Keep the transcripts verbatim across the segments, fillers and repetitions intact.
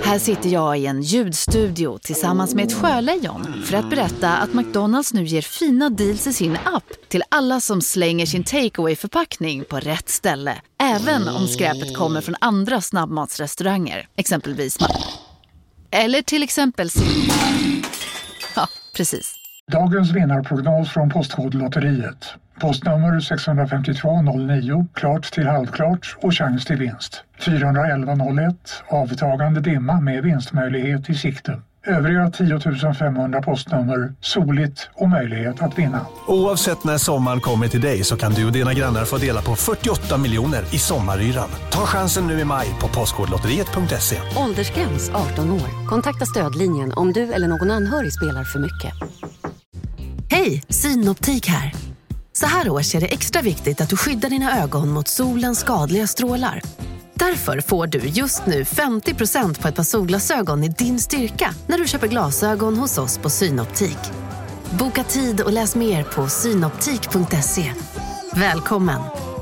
Här sitter jag i en ljudstudio tillsammans med ett sjölejon för att berätta att McDonalds nu ger fina deals i sin app till alla som slänger sin takeaway-förpackning på rätt ställe. Även om skräpet kommer från andra snabbmatsrestauranger, exempelvis eller till exempel ja, precis. Dagens vinnarprognos från Postkodlotteriet. Postnummer sex fem två noll nio, klart till halvklart och chans till vinst. fyra ett ett noll ett, avtagande dimma med vinstmöjlighet i sikte. Övriga tio tusen femhundra postnummer, soligt och möjlighet att vinna. Oavsett när sommaren kommer till dig så kan du och dina grannar få dela på fyrtioåtta miljoner i sommaryran. Ta chansen nu i maj på postkodlotteriet punkt se. Åldersgräns arton år. Kontakta stödlinjen om du eller någon anhörig spelar för mycket. Hej, Synoptik här. Så här års är det extra viktigt att du skyddar dina ögon mot solens skadliga strålar. Därför får du just nu femtio procent på ett par solglasögon i din styrka när du köper glasögon hos oss på Synoptik. Boka tid och läs mer på synoptik punkt se. Välkommen!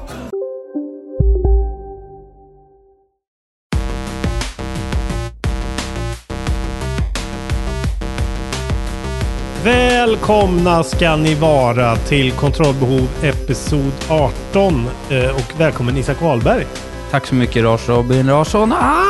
Välkomna ska ni vara till Kontrollbehov episod arton och välkommen Isak Wahlberg. Tack så mycket Lars Robin Larsson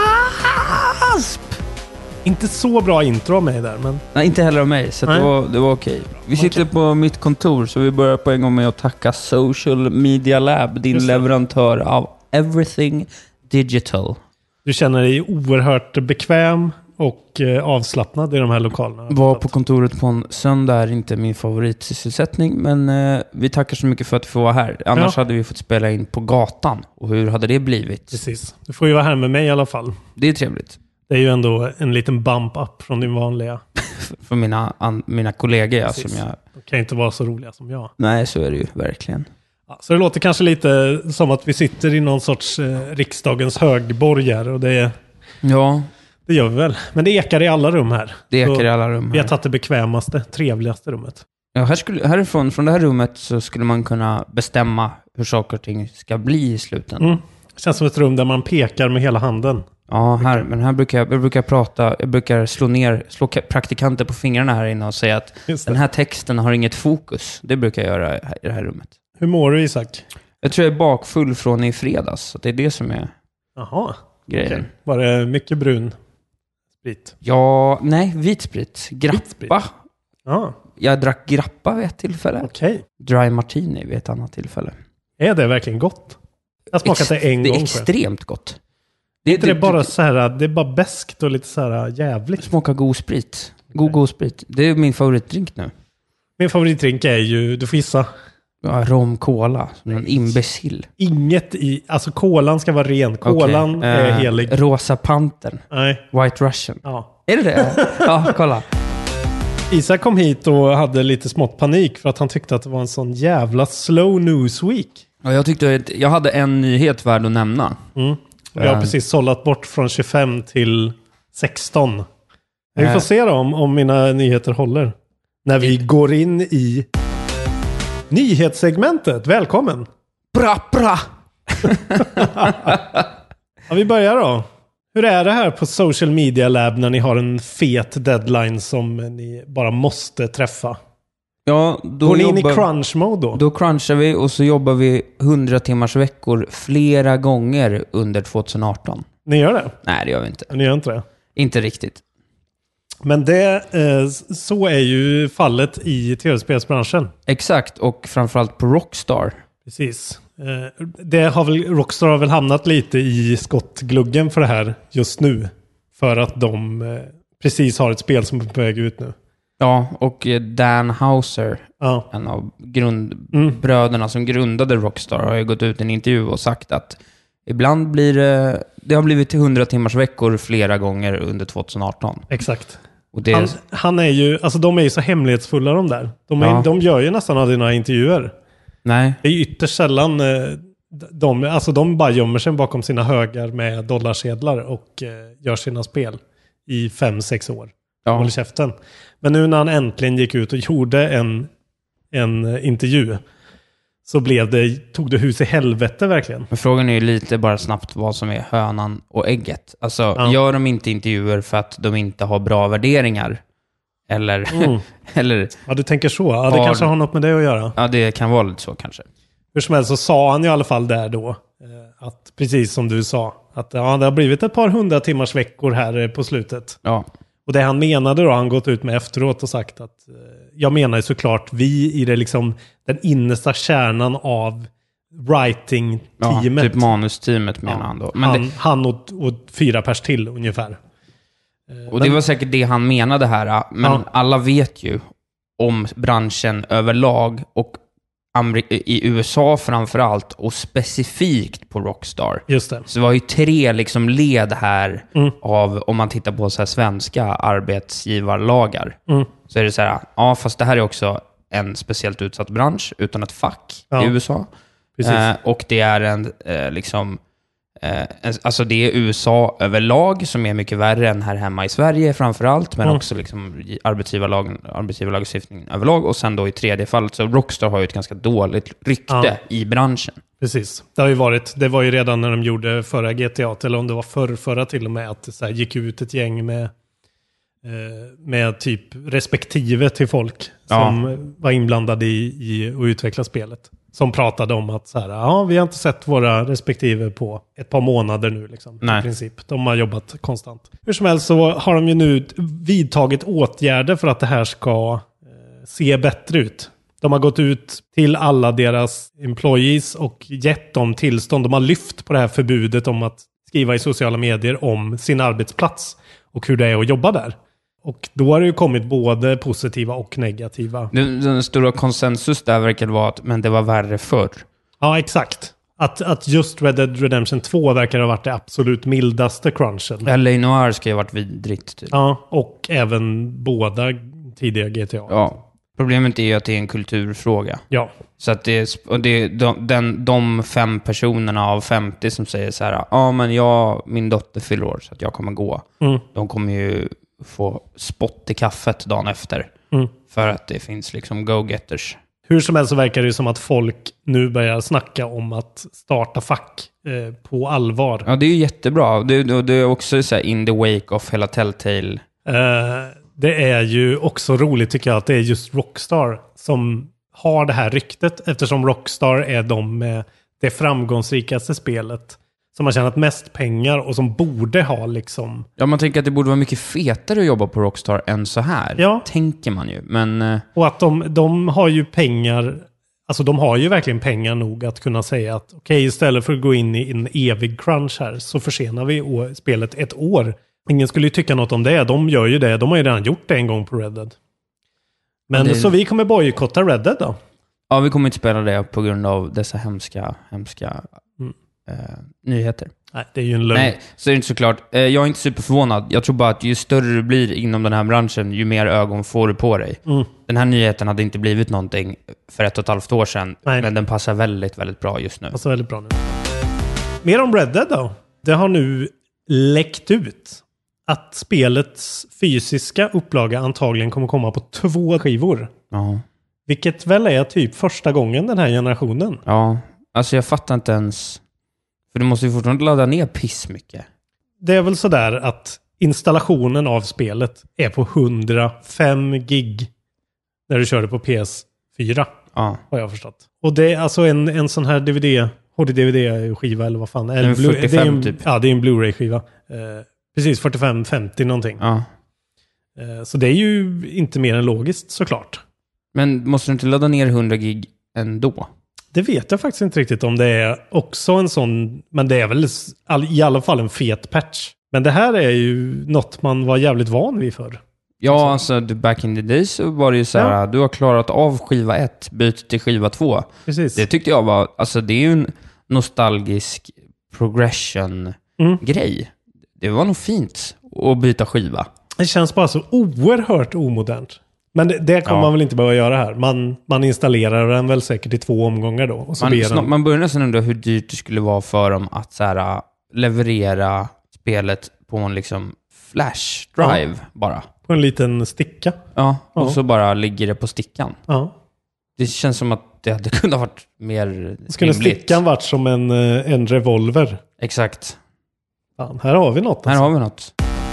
Asp. Inte så bra intro av mig där, men... Nej, inte heller av mig, så det var, det var okej. Vi sitter okay. på mitt kontor, så vi börjar på en gång med att tacka Social Media Lab, din leverantör av Everything Digital. Du känner dig oerhört bekväm och eh, avslappnad i de här lokalerna. Var på kontoret på en söndag är inte min favoritsysselsättning, men eh, vi tackar så mycket för att vi får vara här. Annars ja. hade vi fått spela in på gatan. Och hur hade det blivit? Precis. Du får ju vara här med mig i alla fall. Det är trevligt. Det är ju ändå en liten bump up från din vanliga. För mina, an, mina kollegor. Ja, som jag... De kan inte vara så roliga som jag. Nej, så är det ju verkligen. Ja, så det låter kanske lite som att vi sitter i någon sorts eh, riksdagens högborgar. Och det är... Ja. Det gör vi väl. Men det ekar i alla rum här. Det ekar så i alla rum här. Vi har tagit det bekvämaste, trevligaste rummet. Ja, här skulle, härifrån, från det här rummet så skulle man kunna bestämma hur saker och ting ska bli i slutändan. Mm. Det känns som ett rum där man pekar med hela handen. Ja, här, men här brukar jag, jag brukar prata, jag brukar slå ner, slå praktikanter på fingrarna här inne och säga att den här texten har inget fokus. Det brukar jag göra i det här rummet. Hur mår du, Isak? Jag tror jag är bakfull från i fredags. Så det är det som är Aha. grejen. Okay. Var det mycket brun sprit? Ja, nej, vit sprit. Grappa. Ja. Jag drack grappa vid ett tillfälle. Okej. Okay. Dry martini vid ett annat tillfälle. Är det verkligen gott? Jag har smakat Ex- det en det gång. Det är extremt själv. Gott. Det är inte det, det bara så här, det är bara bäskt och lite så här jävligt. Smakar god sprit. God, god sprit. Det är min favoritdrink nu. Min favoritdrink är ju, du får gissa. Ja, rom cola. Som en imbecill. Inget i, alltså kolan ska vara ren. Kolan okay. är uh, helig. Rosa Pantern. Nej. White Russian. Ja. Är det det? Ja, kolla. Isak kom hit och hade lite smått panik för att han tyckte att det var en sån jävla slow news week. Ja, jag tyckte att jag hade en nyhet värd att nämna. Mm. Jag har precis sållat bort från tjugofem till sexton. Vi får se då om, om mina nyheter håller. När vi går in i nyhetssegmentet. Välkommen! Bra, bra! Ja, vi börjar då. Hur är det här på Social Media Lab när ni har en fet deadline som ni bara måste träffa? Ja, då går ni jobbar, in i crunch-mode då? Då crunchar vi och så jobbar vi hundra timmars veckor flera gånger under tjugoarton. Ni gör det? Nej, det gör vi inte. Ni gör inte det? Inte riktigt. Men det, eh, så är ju fallet i tv-spelsbranschen. Exakt, och framförallt på Rockstar. Precis. Eh, det har väl, Rockstar har väl hamnat lite i skottgluggen för det här just nu. För att de eh, precis har ett spel som är på väg ut nu. Ja, och Dan Houser, ja. en av grundbröderna mm. som grundade Rockstar, har ju gått ut i en intervju och sagt att ibland blir det, det har blivit till hundra timmars veckor flera gånger under tjugoarton. Exakt. Och det... han, han är ju, alltså de är ju så hemlighetsfulla de där. De, är, ja. de gör ju nästan aldrig några intervjuer. Nej. Det är ju ytterst sällan de, alltså de bara gömmer sig bakom sina högar med dollarsedlar och eh, gör sina spel i fem, sex år. Ja. Håller käften. Men nu när han äntligen gick ut och gjorde en, en intervju så blev det, tog det hus i helvete verkligen. Men frågan är ju lite bara snabbt vad som är hönan och ägget. Alltså, ja. Gör de inte intervjuer för att de inte har bra värderingar? Eller... Mm. eller ja, du tänker så. Ja, det har, kanske har något med det att göra. Ja, det kan vara lite så kanske. Hur som helst så sa han i alla fall där då, att precis som du sa, att ja, det har blivit ett par hundra timmars veckor här på slutet. Ja. Och det han menade då, han gått ut med efteråt och sagt att jag menar ju såklart vi i det liksom den innersta kärnan av writing-teamet. Ja, typ manusteamet menar ja, han då. Men han, det... han och, och fyra pers till ungefär. Och det var säkert det han menade här. Men ja. Alla vet ju om branschen överlag och i U S A framförallt och specifikt på Rockstar. Just det. Så det var ju tre liksom led här mm. av, om man tittar på så här svenska arbetsgivarlagar. Mm. Så är det så här, ja fast det här är också en speciellt utsatt bransch utan ett fack ja. I U S A. Eh, och det är en eh, liksom eh, alltså det är U S A överlag som är mycket värre än här hemma i Sverige framförallt, men mm. också liksom arbetsgivarlagen, arbetsgivarlagstiftningen överlag, och sen då i tredje fallet så Rockstar har ju ett ganska dåligt rykte ja. I branschen. Precis. Det har ju varit, det var ju redan när de gjorde förra G T A, eller om det var förr, förra till och med, att det så här gick ut ett gäng med med typ respektive till folk som ja. Var inblandade i, i att utveckla spelet. Som pratade om att så här, ja, vi har inte sett våra respektive på ett par månader nu liksom, i princip. De har jobbat konstant. Hur som helst så har de ju nu vidtagit åtgärder för att det här ska eh, se bättre ut. De har gått ut till alla deras employees och gett dem tillstånd. De har lyft på det här förbudet om att skriva i sociala medier om sin arbetsplats och hur det är att jobba där. Och då har det ju kommit både positiva och negativa. Den, den stora konsensus där verkar vara att men det var värre förr. Ja, exakt. Att, att just Red Dead Redemption två verkar ha varit det absolut mildaste crunchen. L A Noire ska ju ha varit vidrigt. Typ. Ja, och även båda tidiga G T A. Ja, problemet är ju att det är en kulturfråga. Ja. Så att det är, och det är de, den, de fem personerna av femtio som säger så här, ja men jag, min dotter fyller år så att jag kommer gå. Mm. De kommer ju få spott i kaffet dagen efter. Mm. För att det finns liksom go-getters. Hur som helst så verkar det som att folk nu börjar snacka om att starta fack eh, på allvar. Ja, det är ju jättebra. Det, det är också så här in the wake of hela Telltale. Eh, det är ju också roligt tycker jag att det är just Rockstar som har det här ryktet, eftersom Rockstar är de med det framgångsrikaste spelet som har tjänat mest pengar och som borde ha liksom... Ja, man tänker att det borde vara mycket fetare att jobba på Rockstar än så här. Ja. Tänker man ju, men... Och att de, de har ju pengar... Alltså de har ju verkligen pengar nog att kunna säga att okej, okay, istället för att gå in i en evig crunch här så försenar vi å- spelet ett år. Ingen skulle ju tycka något om det. De gör ju det. De har ju redan gjort det en gång på Red Dead. Men det... så vi kommer bojkotta Red Dead då? Ja, vi kommer inte spela det på grund av dessa hemska, hemska... Mm. Uh, nyheter. Nej, det är ju en lögn. Nej, så är det inte såklart. Uh, jag är inte superförvånad. Jag tror bara att ju större du blir inom den här branschen, ju mer ögon får du på dig. Mm. Den här nyheten hade inte blivit någonting för ett och ett halvt år sedan. Nej. Men den passar väldigt, väldigt bra just nu. Passar väldigt bra nu. Mer om Red Dead då. Det har nu läckt ut att spelets fysiska upplaga antagligen kommer komma på två skivor. Ja. Vilket väl är typ första gången den här generationen. Ja, alltså jag fattar inte ens... För du måste ju fortfarande ladda ner piss mycket. Det är väl sådär att installationen av spelet är på hundrafem gig när du kör det på P S fyra. Ja. Har jag förstått. Och det är alltså en, en sån här D V D, H D D V D-skiva eller vad fan. Eller Blu- fyrtiofem det är en, typ. Ja, det är en Blu-ray-skiva. Eh, precis, fyrtiofem femtio någonting. Ja. Eh, så det är ju inte mer än logiskt såklart. Men måste du inte ladda ner hundra gig ändå? Det vet jag faktiskt inte riktigt om det är också en sån... Men det är väl all, i alla fall en fet patch. Men det här är ju något man var jävligt van vid för. Ja, alltså back in the days så var det ju så här, ja. Du har klarat av skiva ett, byt till skiva två. Precis. Det tyckte jag var... Alltså det är ju en nostalgisk progression-grej. Mm. Det var nog fint att byta skiva. Det känns bara så oerhört omodernt. Men det, det kommer ja. man väl inte behöva göra här. Man, man installerar den väl säkert i två omgångar då. Och så man, ber snart, den... man börjar nästan undra hur dyrt det skulle vara för dem att så här, leverera spelet på en liksom flash drive ja. bara. På en liten sticka. Ja, och ja. så bara ligger det på stickan. Ja. Det känns som att det hade kunnat varit mer skulle stickan varit som en, en revolver. Exakt. Fan, här har vi något. Här alltså. har vi något.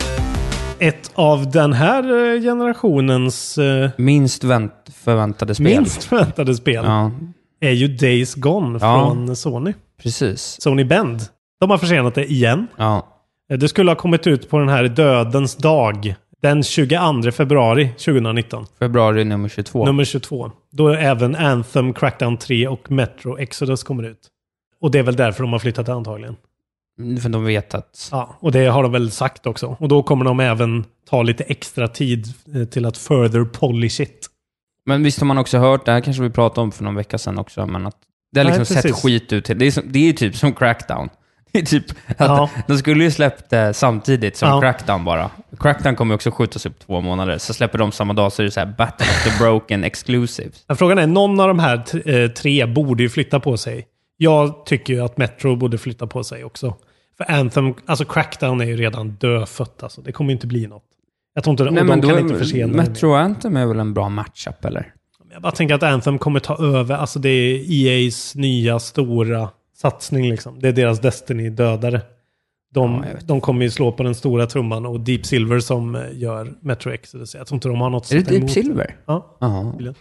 Ett av den här generationens... Minst vänt, förväntade spel. Minst förväntade spel. Ja. Är ju Days Gone ja. från Sony. Precis. Sony Bend. De har försenat det igen. Ja. Det skulle ha kommit ut på den här dödens dag. Den tjugoandra februari tjugonitton. Februari nummer tjugotvå. Nummer tjugotvå. Då även Anthem, Crackdown tre och Metro Exodus kommer ut. Och det är väl därför de har flyttat det antagligen. För de vet att... Ja, och det har de väl sagt också. Och då kommer de även ta lite extra tid till att further polish it. Men visst har man också hört, det här kanske vi pratade om för någon vecka sedan också, men att det har liksom Nej, sett skit ut. Det är, som, det är ju typ som Crackdown. Det är typ att ja. de skulle ju släppt det samtidigt som ja. Crackdown bara. Crackdown kommer också skjutas upp två månader. Så släpper de samma dag så är det så här Battle of the Broken Exclusives. Frågan är, någon av de här t- tre borde ju flytta på sig. Jag tycker ju att Metro borde flytta på sig också. För Anthem, alltså Crackdown är ju redan dödfött. Alltså. Det kommer inte bli något. Jag tror inte, Nej, och men de kan är, inte försena Metro och Anthem är väl en bra matchup, eller? Jag bara tänker att Anthem kommer ta över. Alltså det är E A:s nya stora satsning liksom. Det är deras Destiny-dödare. De, ja, de kommer ju slå på den stora trumman och Deep Silver som gör Metro Exodus. Jag tror inte de har något Är det sätt Deep emot. Silver? Ja. Uh-huh.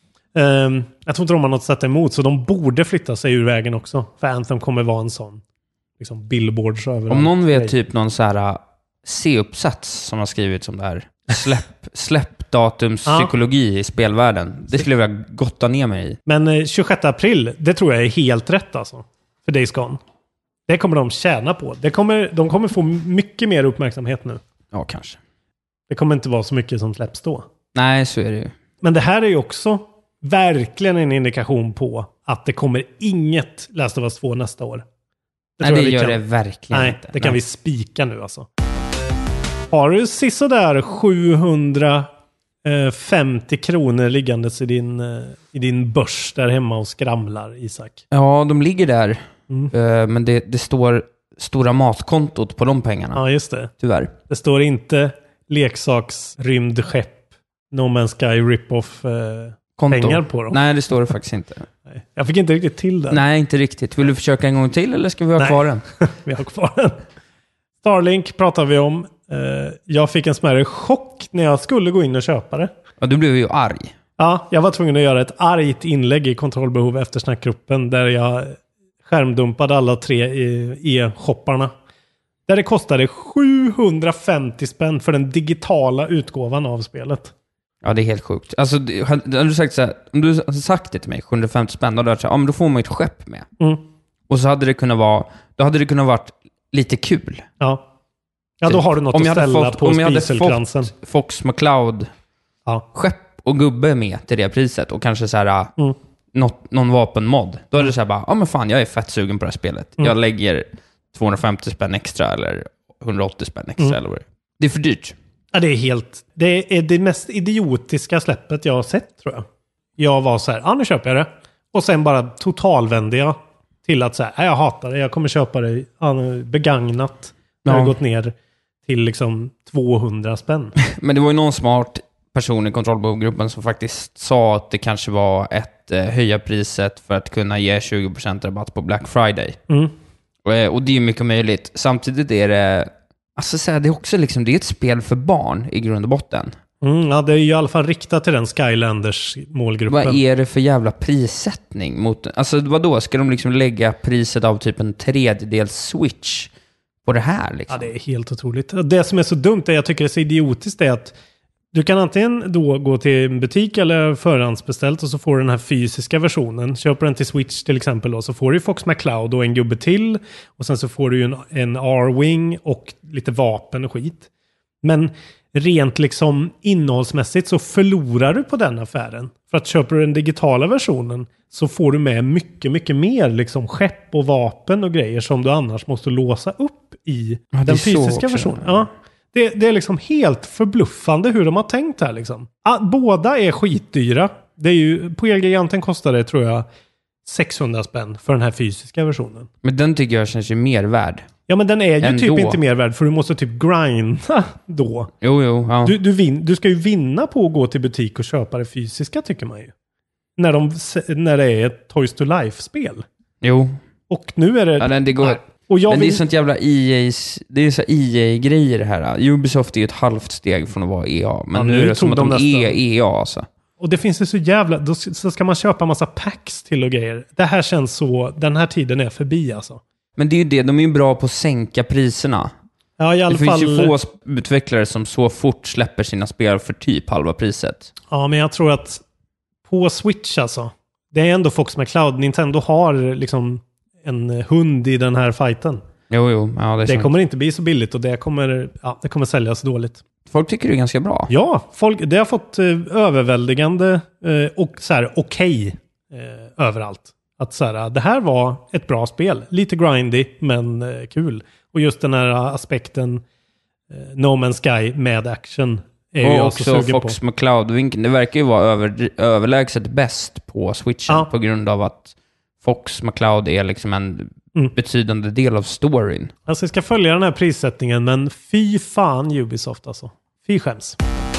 Um, jag tror inte de har något sätt emot, så de borde flytta sig ur vägen också. För Anthem kommer vara en sån liksom billboards överallt. Om någon vet typ någon så här C-uppsats som har skrivit som det här släpp, släppdatums ja. psykologi i spelvärlden. Det skulle jag vilja gotta ner mig i. Men eh, tjugosjätte april, det tror jag är helt rätt alltså. För Days Gone. Det kommer de tjäna på. Det kommer, de kommer få mycket mer uppmärksamhet nu. Ja, kanske. Det kommer inte vara så mycket som släpps då. Nej, så är det ju. Men det här är ju också verkligen en indikation på att det kommer inget Last of Us två nästa år. Det Nej, det gör kan... det verkligen Nej, inte. det kan Nej. vi spika nu alltså. Har du sisådär sjuhundrafemtio kronor liggandes i din, i din börs där hemma och skramlar, Isak? Ja, de ligger där. Mm. Uh, men det, det står stora matkontot på de pengarna. Ja, just det. Tyvärr. Det står inte leksaksrymdskepp, No Man's Sky rip-off uh, pengar på dem. Nej, det står det faktiskt inte. Nej. Jag fick inte riktigt till det. Nej, inte riktigt. Vill du försöka en gång till eller ska vi ha Nej. kvar den? Vi har kvar den. Starlink pratar vi om. Uh, jag fick en smärre chock när jag skulle gå in och köpa det. Ja, du blev ju arg. Ja, jag var tvungen att göra ett argt inlägg i kontrollbehov eftersnackgruppen där jag skärmdumpade alla tre e-shopparna. Där det kostade sjuhundrafemtio spänn för den digitala utgåvan av spelet. Ja, det är helt sjukt. Alltså, hade du sagt så här, om du hade sagt det till mig, sjuhundrafemtio spänn, då hade jag sagt, ja, men då får man ett skepp med. Mm. Och så hade det kunnat vara, då hade det kunnat varit lite kul. Ja. Ja, då har du något om att ställa fått, på spiselkransen. Om jag hade fått Fox McCloud ja. skepp och gubbe med till det priset och kanske så här mm. något, någon vapenmod. Då är det så här bara, ja men fan, jag är fett sugen på det här spelet. Mm. Jag lägger tvåhundrafemtio spänn extra eller hundraåttio spänn extra mm. eller vad det är. Det är för dyrt. Ja, det är helt, det är det mest idiotiska släppet jag har sett, tror jag. Jag var så här, ja nu köper jag det. Och sen bara totalvände jag till att säga, jag hatar det, jag kommer köpa det begagnat. När ja. det gått ner till liksom tvåhundra spänn. Men det var ju någon smart person i kontrollbehovgruppen som faktiskt sa att det kanske var ett eh, höja priset för att kunna ge tjugo procent rabatt på Black Friday. Mm. Och, och det är ju mycket möjligt. Samtidigt är det, alltså så här, det är också liksom, det är ett spel för barn i grund och botten. Mm, ja, det är ju i alla fall riktat till den Skylanders målgruppen. Vad är det för jävla prissättning mot, alltså vadå, ska de liksom lägga priset av typ en tredjedels Switch på det här liksom? Ja, det är helt otroligt. Det som är så dumt, det jag tycker är så idiotiskt, är att du kan antingen då gå till en butik eller förhandsbeställt och så får du den här fysiska versionen. Köper den till Switch till exempel då, så får du Fox McCloud och en gubbe till. Och sen så får du ju en, en R-Wing och lite vapen och skit. Men rent liksom innehållsmässigt så förlorar du på den affären. För att köper du den digitala versionen så får du med mycket, mycket mer liksom skepp och vapen och grejer som du annars måste låsa upp i ja, den fysiska versionen. Ja. Det, det är liksom helt förbluffande hur de har tänkt här liksom. Ah, båda är skitdyra. Det är ju, på Elgiganten kostar det tror jag sexhundra spänn för den här fysiska versionen. Men den tycker jag känns ju mer värd. Ja, men den är ju Ändå. typ inte mer värd för du måste typ grinda då. Jo, jo. Ja. Du, du, vin, du ska ju vinna på att gå till butik och köpa det fysiska tycker man ju. när, de, när det är ett Toys to Life-spel. Jo. Och nu är det... Ja, det, det går... Och jag men vill... det är sånt jävla E A, det är så E A-grejer det här. Ubisoft är ju ett halvt steg från att vara E A. Men ja, nu är det som att de, de är E A alltså. Och det finns ju så jävla... Då så ska man köpa massa packs till och grejer. Det här känns så... Den här tiden är förbi alltså. Men det är ju det, de är ju bra på att sänka priserna. Ja, i alla det fall... finns ju få utvecklare som så fort släpper sina spel för typ halva priset. Ja, men jag tror att på Switch alltså. Det är ändå Fox McCloud. Nintendo har liksom en hund i den här fighten. Jo, jo. Ja, det är det sant. kommer inte bli så billigt och det kommer, ja, det kommer säljas dåligt. Folk tycker det är ganska bra. Ja, folk, det har fått eh, överväldigande eh, och så här okej okay, eh, överallt. Att så här, det här var ett bra spel. Lite grindy, men eh, kul. Och just den här aspekten eh, No Man's Sky med action är och jag också så sugen Fox på. McCloud-vinkeln. Det verkar ju vara över, överlägset bäst på Switchen Ja. på grund av att Fox McCloud är liksom en mm. betydande del av storyn. Alltså jag ska följa den här prissättningen, men fy fan Ubisoft alltså. Fy skäms.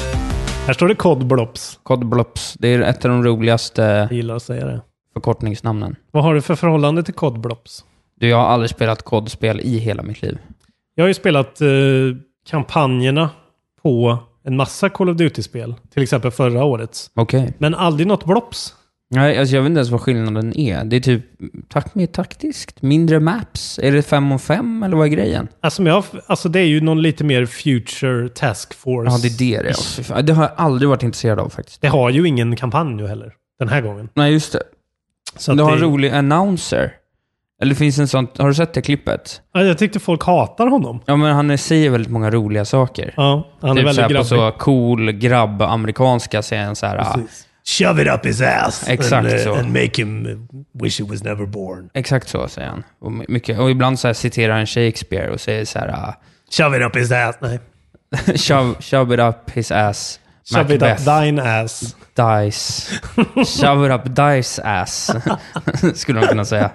Här står det Cod Blops. Cod Blops, det är ett av de roligaste jag gillar att säga det. Förkortningsnamnen. Vad har du för förhållande till Cod Blops? Du, jag har aldrig spelat kodspel i hela mitt liv. Jag har ju spelat eh, kampanjerna på en massa Call of Duty-spel. Till exempel förra årets. Okej. Okay. Men aldrig något Blops. Nej, alltså jag vet inte ens vad skillnaden är. Det är typ takt mer taktiskt. Mindre maps. Är det fem och fem eller vad är grejen? Alltså, jag, alltså det är ju någon lite mer Future Task Force. Ja, det är det det är. Det har jag aldrig varit intresserad av faktiskt. Det har ju ingen kampanj nu heller. Den här gången. Nej, just det. Så du har det... en rolig announcer. Eller finns en sån... Har du sett det klippet? Ja, jag tyckte folk hatar honom. Ja, men han säger väldigt många roliga saker. Ja, han är typ väldigt grabbig. På så cool grabb amerikanska säger han så här... Precis. Shove it up his ass. Exakt and, så. And make him wish he was never born. Exakt så säger han. Och, mycket, och ibland så här citerar han Shakespeare och säger så här... Uh, shove it up his ass. Nej. shove, shove it up his ass. Shove Macbeth. it up thine ass. Dice. Shove it up dice ass. Skulle man kunna säga.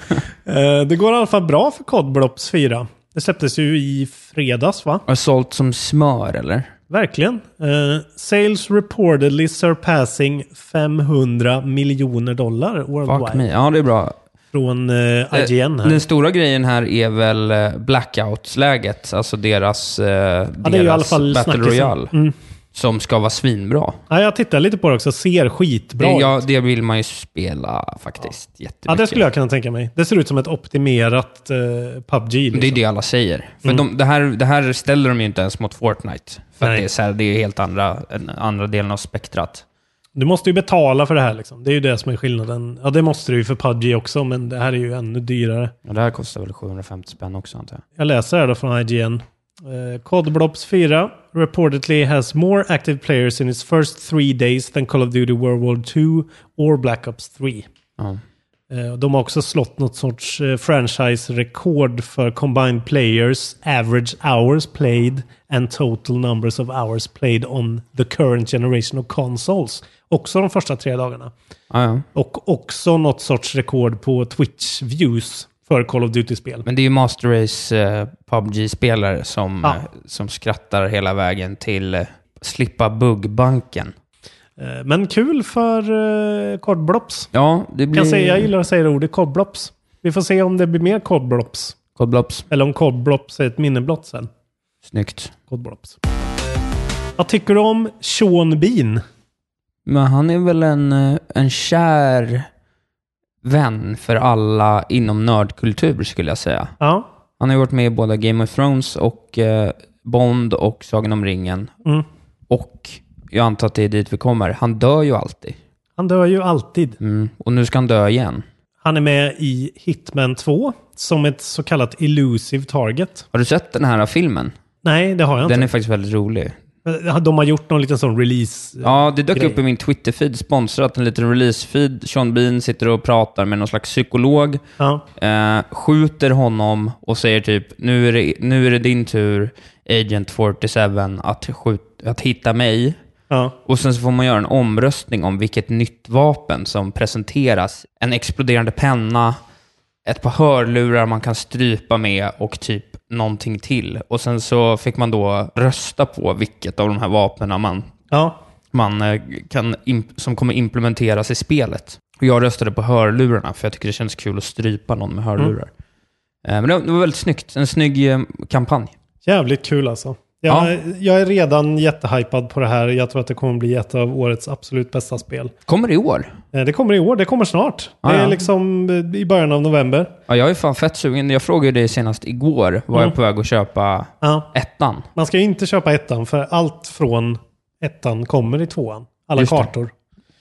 uh, det går i alla fall bra för Cod Blops fyra. Det släpptes ju i fredags, va? Har sålt som smör, eller? Verkligen. Uh, sales reportedly surpassing femhundra miljoner dollar worldwide. Fuck me. Ja, det är bra. Från uh, I G N här. Den stora grejen här är väl blackout-läget. Alltså deras, uh, ja, deras det är i alla fall Battle Royale. Mm. Som ska vara svinbra. Ja, jag tittar lite på det också. Ser skitbra det, ja, ut. det vill man ju spela faktiskt ja. jättemycket. Ja, det skulle jag kunna tänka mig. Det ser ut som ett optimerat uh, P U B G. Liksom. Det är det alla säger. För mm. de, det, här, det här ställer de ju inte ens mot Fortnite. För att det är, så här, det är helt andra, en andra delen av spektrat. Du måste ju betala för det här liksom. Det är ju det som är skillnaden. Ja, det måste du ju för P U B G också, men det här är ju ännu dyrare. Ja, det här kostar väl sjuhundrafemtio spänn också, antar jag. Jag läser här då från I G N. Uh, Cod Blops fyra reportedly has more active players in its first three days than Call of Duty World War two or Black Ops three. Ja. Uh, de har också slått något sorts uh, franchise-rekord för combined players, average hours played and total numbers of hours played on the current generation of consoles. Också de första tre dagarna. Ja, ja. Och också något sorts rekord på Twitch views för Call of Duty-spel. Men det är ju Master Race uh, P U B G-spelare som, ja. uh, som skrattar hela vägen till uh, slippa buggbanken. Uh, men kul för uh, Cod Blops. Ja, det blir... Kan säga, jag gillar att säga det ordet, Cod Blops. Vi får se om det blir mer Cod Blops. Cod Blops. Eller om Cod Blops är ett minneblott sen. Snyggt. Cod Blops. Vad tycker du om Sean Bean? Men han är väl en, en kär vän för alla inom nördkultur, skulle jag säga. Ja. Han har ju varit med i både Game of Thrones och eh, Bond och Sagan om ringen. Mm. Och jag antar att det är dit vi kommer. Han dör ju alltid. Han dör ju alltid. Mm. Och nu ska han dö igen. Han är med i Hitman två som ett så kallat elusive target. Har du sett den här filmen? Nej, det har jag inte. Den är faktiskt väldigt rolig. De har gjort någon liten sån release. Ja, det dök grej. upp i min Twitter-feed, sponsrat en liten release-feed. Sean Bean sitter och pratar med någon slags psykolog. Ja. Eh, skjuter honom och säger typ, nu är det, nu är det din tur, Agent fyrtiosju, att, skjut, att hitta mig. Ja. Och sen så får man göra en omröstning om vilket nytt vapen som presenteras. En exploderande penna, ett par hörlurar man kan strypa med och typ någonting till. Och sen så fick man då rösta på vilket av de här vapnen man, ja. man eh, kan imp- som kommer implementeras i spelet. Och jag röstade på hörlurarna för jag tycker det känns kul att strypa någon med hörlurar. Mm. Eh, men det var, det var väldigt snyggt. En snygg eh, kampanj. Jävligt kul alltså. Jag, ja. jag är redan jättehypad på det här. Jag tror att det kommer bli ett av årets absolut bästa spel. Kommer det i år? Det kommer i år. Det kommer snart. Ah, det är ja. liksom i början av november. Ja, jag är fan fett sugen. Jag frågade dig senast igår. Var mm. jag på väg att köpa ja. ettan? Man ska ju inte köpa ettan. För allt från ettan kommer i tvåan. Alla Just kartor.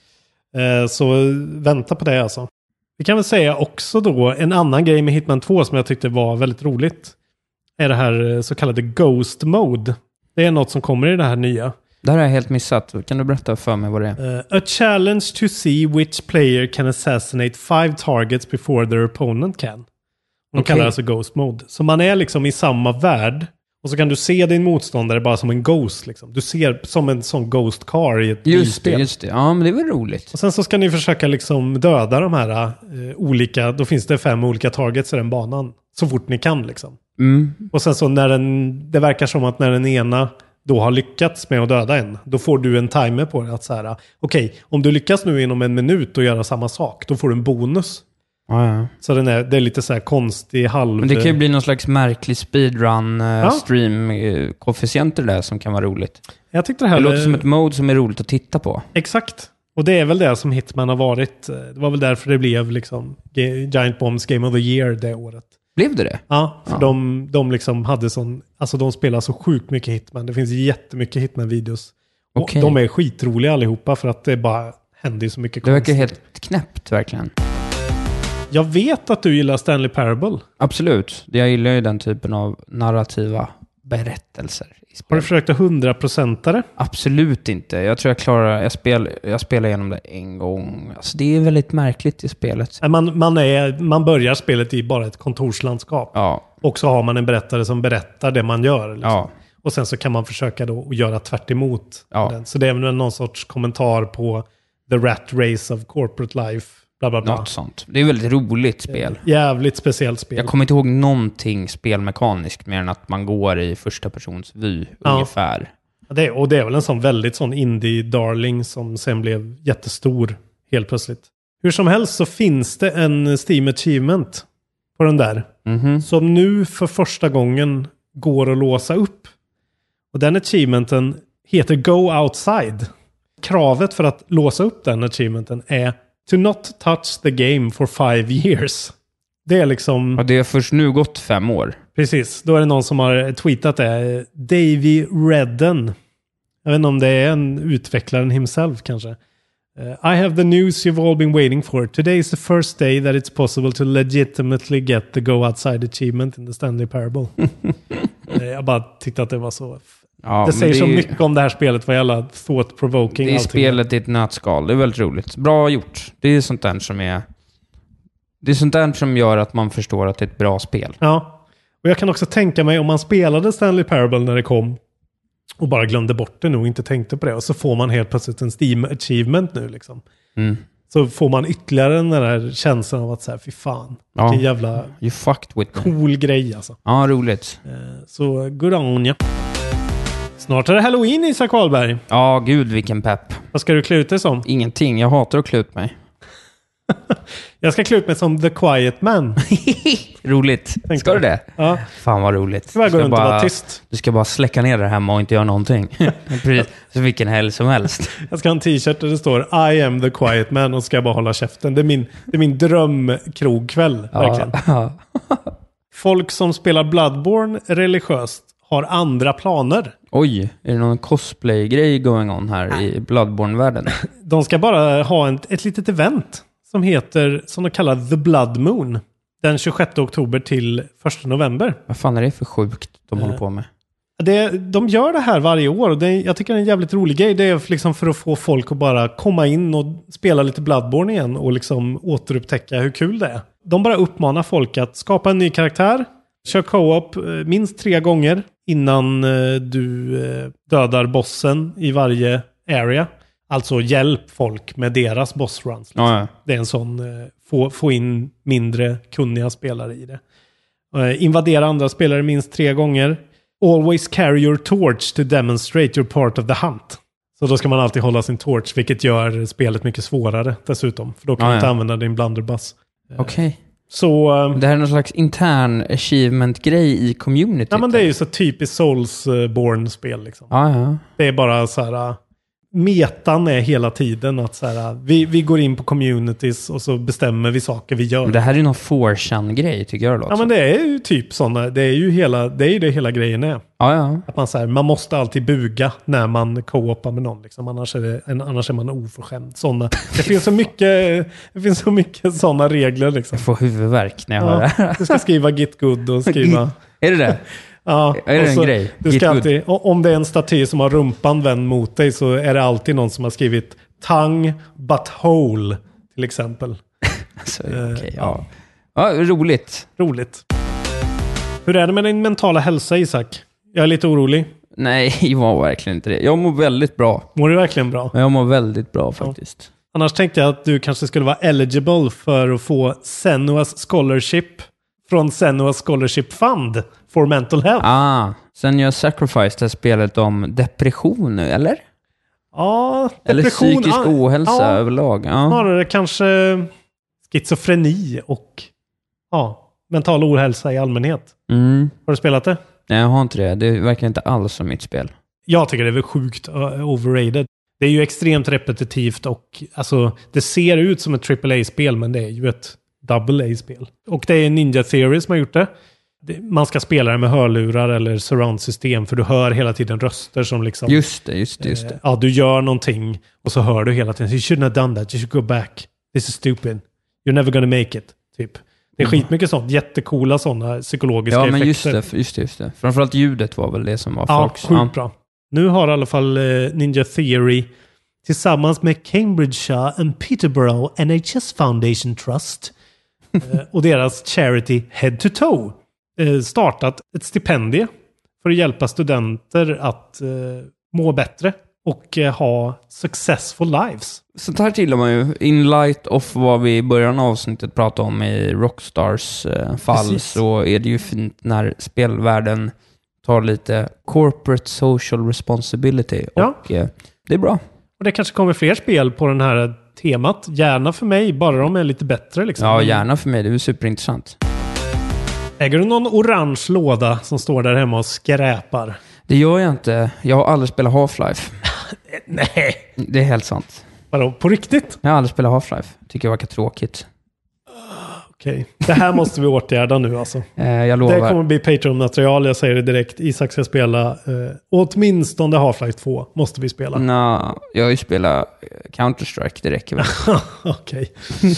Eh, så vänta på det alltså. Vi kan väl säga också då en annan grej med Hitman två som jag tyckte var väldigt roligt. Är det här så kallade Ghost Mode. Det är något som kommer i det här nya. Det här har jag helt missat. Kan du berätta för mig vad det är? Uh, a challenge to see which player can assassinate five targets before their opponent can. De okay. kallar det alltså Ghost Mode. Så man är liksom i samma värld. Och så kan du se din motståndare bara som en ghost. Liksom. Du ser som en sån ghost car i ett Just det, just det. Ja, men det är väl roligt. Och sen så ska ni försöka liksom döda de här uh, olika... Då finns det fem olika targets i den banan. Så fort ni kan liksom. Mm. Och sen så när den, det verkar som att när den ena då har lyckats med att döda en, då får du en timer på det att så här, okej, okay, om du lyckas nu inom en minut och göra samma sak, då får du en bonus. Ah, ja. Så den är, det är lite så här konstig halv... Men det kan ju bli någon slags märklig speedrun uh, ja. stream uh, koefficienter där som kan vara roligt. Jag tyckte det här... Det låter som ett mode som är roligt att titta på. Exakt. Och det är väl det som Hitman har varit. Det var väl därför det blev liksom Giant Bombs Game of the Year det året. Blev det det? Ja, för ja. de, de liksom hade sån... Alltså de spelar så sjukt mycket Hitman. Det finns jättemycket Hitman-videos. Okay. De är skitroliga allihopa för att det bara händer så mycket det konstigt. Det verkar helt knäppt, verkligen. Jag vet att du gillar Stanley Parable. Absolut. Jag gillar ju den typen av narrativa berättelser. Har du försökt att hundraprocenta det? Absolut inte. Jag tror jag klarar... Jag, spel, jag spelar igenom det en gång. Alltså det är väldigt märkligt i spelet. Man, man, är, man börjar spelet i bara ett kontorslandskap. Ja. Och så har man en berättare som berättar det man gör. Liksom. Ja. Och sen så kan man försöka då göra tvärt emot ja. den. Så det är väl någon sorts kommentar på the rat race of corporate life. Bla bla bla. Något sånt. Det är ett väldigt roligt spel. Jävligt speciellt spel. Jag kommer inte ihåg någonting spelmekaniskt mer än att man går i första persons vy ja. ungefär. Det, och det är väl en sån väldigt sån indie-darling som sen blev jättestor helt plötsligt. Hur som helst så finns det en Steam Achievement på den där. Mm-hmm. Som nu för första gången går att låsa upp. Och den achievementen heter Go Outside. Kravet för att låsa upp den achievementen är To not touch the game for five years. Det är liksom... Ja, det är först nu gått fem år. Precis. Då är det någon som har tweetat det. Davy Redden. Jag vet inte om det är en utvecklaren himself kanske. Uh, I have the news you've all been waiting for. Today is the first day that it's possible to legitimately get the Go Outside achievement in the Stanley Parable. uh, jag bara tyckte att det var så... Ja, det säger det så är, mycket om det här spelet, vad jävla thought-provoking. Det är allting. spelet i ett nötskal. Det är väldigt roligt. Bra gjort. Det är sånt där som är... Det är sånt där som gör att man förstår att det är ett bra spel. Ja. Och jag kan också tänka mig om man spelade Stanley Parable när det kom och bara glömde bort det nu och inte tänkte på det. Och så får man helt plötsligt en Steam Achievement nu liksom. Mm. Så får man ytterligare den där känslan av att så här, fy fan. Ja. Vilken jävla you fucked with cool me. Grej alltså. Ja, roligt. Så good on ja. Snart är det Halloween, Isak Wahlberg. Ja, gud vilken pepp. Vad ska du klä ut dig som? Ingenting, jag hatar att klä ut mig. Jag ska klä ut mig som The Quiet Man. Roligt. Tänkte ska du det? Ja. Fan vad roligt. Du ska, du ska bara, vara tyst. Du ska bara släcka ner det hemma och inte göra någonting. Precis, så vilken helg som helst. Jag ska ha en t-shirt där det står I am the quiet man och ska bara hålla käften. Det är min, det är min drömkrogkväll, ja. verkligen. Folk som spelar Bloodborne religiöst har andra planer. Oj, är det någon cosplay-grej going on här Nej. i Bloodborne-världen? De ska bara ha en, ett litet event som heter, som de kallar The Blood Moon. Den tjugosjätte oktober till första november. Vad fan är det för sjukt de uh, håller på med? Det, de gör det här varje år. Det, jag tycker det är en jävligt rolig grej. Det är liksom för att få folk att bara komma in och spela lite Bloodborne igen och liksom återupptäcka hur kul det är. De bara uppmanar folk att skapa en ny karaktär. Kör co-op minst tre gånger innan du dödar bossen i varje area. Alltså hjälp folk med deras bossruns. Liksom. Ja, ja. Det är en sån, få, få in mindre kunniga spelare i det. Invadera andra spelare minst tre gånger. Always carry your torch to demonstrate your part of the hunt. Så då ska man alltid hålla sin torch, vilket gör spelet mycket svårare dessutom. För då kan ah, du inte ja. använda din blunderbuss. Okej. Okay. Så, det här är någon slags intern achievement-grej i community. Ja, men det är ju så typiskt Soulsborne-spel liksom. Ah, ja. Det är bara så här... Metan är hela tiden att så här, vi, vi går in på communities och så bestämmer vi saker vi gör. Men det här är ju någon four chan-grej tycker jag det låter. Ja, men det är ju typ sådana. Det är ju hela, det är ju det hela grejen är. Ja, ja. Att man, så här, man måste alltid buga när man co-opar med någon. Liksom. Annars, är det, en, annars är man oförskämd. Såna, det finns så mycket, det finns så mycket sådana regler. Liksom. Jag får huvudvärk när jag ja, hör det här. Du ska skriva git good och skriva... Är det det? Ja, är det så, en grej? Du ska alltid, om det är en staty som har rumpan vänd mot dig så är det alltid någon som har skrivit tongue but hole till exempel. alltså, okay, ja. Ja, roligt. Roligt. Hur är det med din mentala hälsa, Isak? Jag är lite orolig. Nej, jag var verkligen inte det. Jag mår väldigt bra. Mår du verkligen bra? Jag mår väldigt bra faktiskt. Ja. Annars tänkte jag att du kanske skulle vara eligible för att få Senua's Scholarship från Senua's Scholarship Fund for Mental Health. Ah, Senua Sacrifice, det här spelet om depression nu, eller? Ja, eller depression. Eller psykisk ohälsa ja, överlag. Ja. Snarare kanske schizofreni och ja, mental ohälsa i allmänhet. Mm. Har du spelat det? Nej, jag har inte det. Det verkar inte alls som mitt spel. Jag tycker det är väl sjukt uh, overrated. Det är ju extremt repetitivt och alltså, det ser ut som ett triple A-spel, men det är ju ett double A-spel. Och det är Ninja Theory som har gjort det. det. Man ska spela det med hörlurar eller surround-system, för du hör hela tiden röster som liksom... Just det, just det, just det. Eh, ja, du gör någonting och så hör du hela tiden. You shouldn't have done that, you should go back. This is stupid. You're never gonna make it, typ. Det är skitmycket sånt. Jättecoola sådana psykologiska effekter. Ja, men just det, just det, just det. Framförallt ljudet var väl det som var ja, folks. Sjukt ja, bra. Nu har i alla fall eh, Ninja Theory tillsammans med Cambridgeshire and Peterborough N H S Foundation Trust eh, och deras charity Head to Toe eh, startat ett stipendie för att hjälpa studenter att eh, må bättre och eh, ha successful lives. Så här till man ju, in light of vad vi i början av avsnittet pratade om i Rockstars eh, fall. Precis. Så är det ju fint när spelvärlden tar lite corporate social responsibility. Ja. Och eh, det är bra. Och det kanske kommer fler spel på den här temat. Gärna för mig, bara de är lite bättre. Liksom. Ja, gärna för mig. Det är ju superintressant. Äger du någon orange låda som står där hemma och skräpar? Det gör jag inte. Jag har aldrig spelat Half-Life. Nej. Det är helt sant. Vadå, på riktigt? Jag har aldrig spelat Half-Life. Tycker jag verkar tråkigt. Okej. Okay. Det här måste vi åtgärda nu alltså. eh, jag lovar. Det kommer bli Patreon-material, jag säger det direkt. Isak ska spela eh, åtminstone Half-Life två måste vi spela. Nå, jag har ju spelat Counter-Strike, det räcker väl. Okej.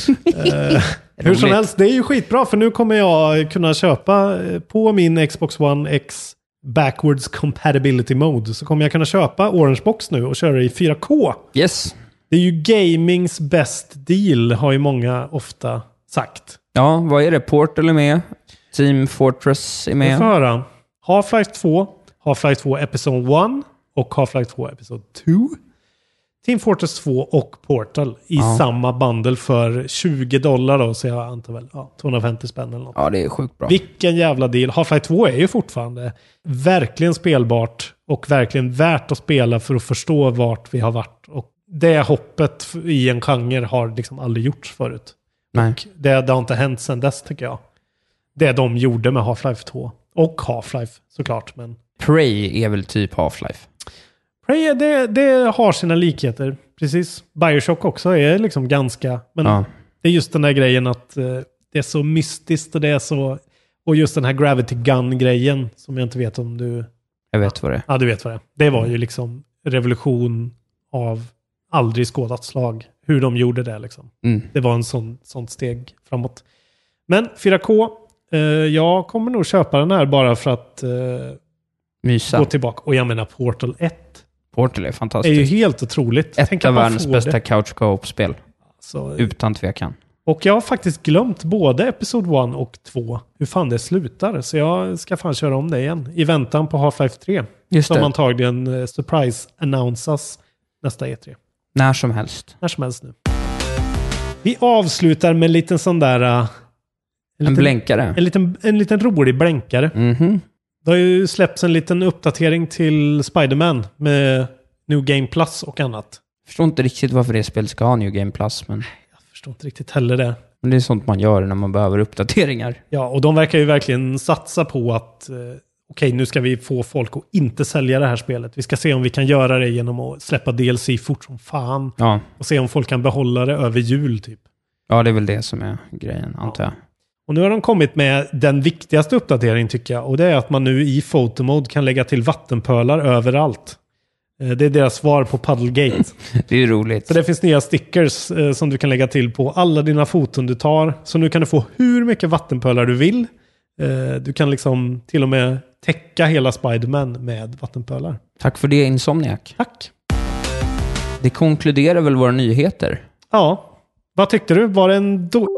eh, hur som helst, det är ju skitbra för nu kommer jag kunna köpa eh, på min Xbox One X Backwards Compatibility Mode så kommer jag kunna köpa Orange Box nu och köra i fyra K. Yes. Det är ju gamings best deal, har ju många ofta sagt. Ja, vad är det? Portal är med. Team Fortress är med. Jag får höra. Half-Life två, Half-Life två Episode ett och Half-Life två Episode två. Team Fortress två och Portal i ja. samma bundle för tjugo dollar då, så jag antar väl ja, tvåhundrafemtio spänn eller något. Ja, det är sjukt bra. Vilken jävla deal. Half-Life två är ju fortfarande verkligen spelbart och verkligen värt att spela för att förstå vart vi har varit. Och det hoppet i en genre har liksom aldrig gjorts förut. Nej. Och det, det har inte hänt sedan dess tycker jag. Det de gjorde med Half-Life två. Och Half-Life såklart. Men... Prey är väl typ Half-Life? Prey, det, det har sina likheter. Precis. Bioshock också är liksom ganska... Men ja. Det är just den där grejen att uh, det är så mystiskt och det är så... Och just den här Gravity Gun-grejen som jag inte vet om du... Jag vet vad det är. Ja, du vet vad det är. Det var ju liksom revolution av aldrig skådat slag. Hur de gjorde det liksom. Mm. Det var en sån, sånt steg framåt. Men fyra K, eh, jag kommer nog köpa den här bara för att eh, mysa. Gå tillbaka. Och jag menar Portal ett. Portal är fantastiskt. Det är ju helt otroligt. Ett av världens bästa det. couch co-op-spel. Alltså, utan tvekan. Och jag har faktiskt glömt både Episode ett och två. Hur fan det slutar. Så jag ska fan köra om det igen. I väntan på Half-Life tre. Just som det. antagligen uh, surprise annonsas nästa E tre. När som helst. När som helst nu. Vi avslutar med en liten sån där... Uh, en, en liten, blänkare. En liten, en liten rolig blänkare. Mhm. Det har ju släppts en liten uppdatering till Spider-Man med New Game Plus och annat. Jag förstår inte riktigt varför det spelet ska ha New Game Plus, men... Jag förstår inte riktigt heller det. Men det är sånt man gör när man behöver uppdateringar. Ja, och de verkar ju verkligen satsa på att... Eh, okej, nu ska vi få folk att inte sälja det här spelet. Vi ska se om vi kan göra det genom att släppa D L C fort som fan. Ja. Och se om folk kan behålla det över jul, typ. Ja, det är väl det som är grejen, antar jag. Och nu har de kommit med den viktigaste uppdateringen, tycker jag. Och det är att man nu i Photo Mode kan lägga till vattenpölar överallt. Det är deras svar på Puddlegate. Det är ju roligt. Så det finns nya stickers eh, som du kan lägga till på alla dina foton du tar. Så nu kan du få hur mycket vattenpölar du vill. Eh, du kan liksom till och med täcka hela Spider-Man med vattenpölar. Tack för det, Insomniac. Tack. Det konkluderar väl våra nyheter? Ja. Vad tyckte du? Var det en då...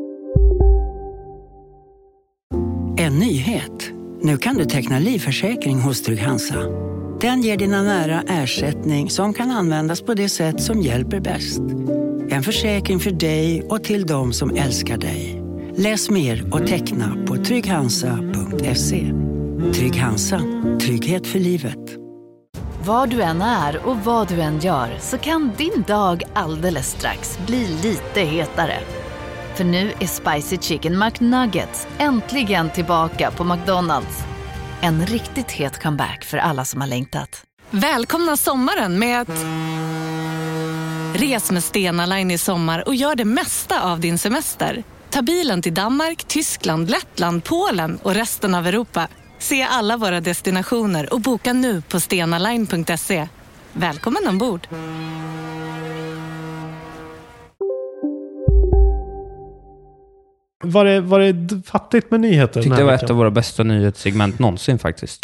En nyhet. Nu kan du teckna livförsäkring hos Trygg-Hansa. Den ger dina nära ersättning som kan användas på det sätt som hjälper bäst. En försäkring för dig och till de som älskar dig. Läs mer och teckna på trygghansa punkt se. Trygg-Hansa. Trygghet för livet. Var du än är och vad du än gör så kan din dag alldeles strax bli lite hetare. För nu är Spicy Chicken McNuggets äntligen tillbaka på McDonald's. En riktigt het comeback för alla som har längtat. Välkomna sommaren med att... Res med Stena Line i sommar och gör det mesta av din semester. Ta bilen till Danmark, Tyskland, Lettland, Polen och resten av Europa. Se alla våra destinationer och boka nu på stena line punkt se. Välkommen ombord! Var det, var det fattigt med nyheter? Jag tyckte det var ett av våra bästa nyhetssegment någonsin faktiskt.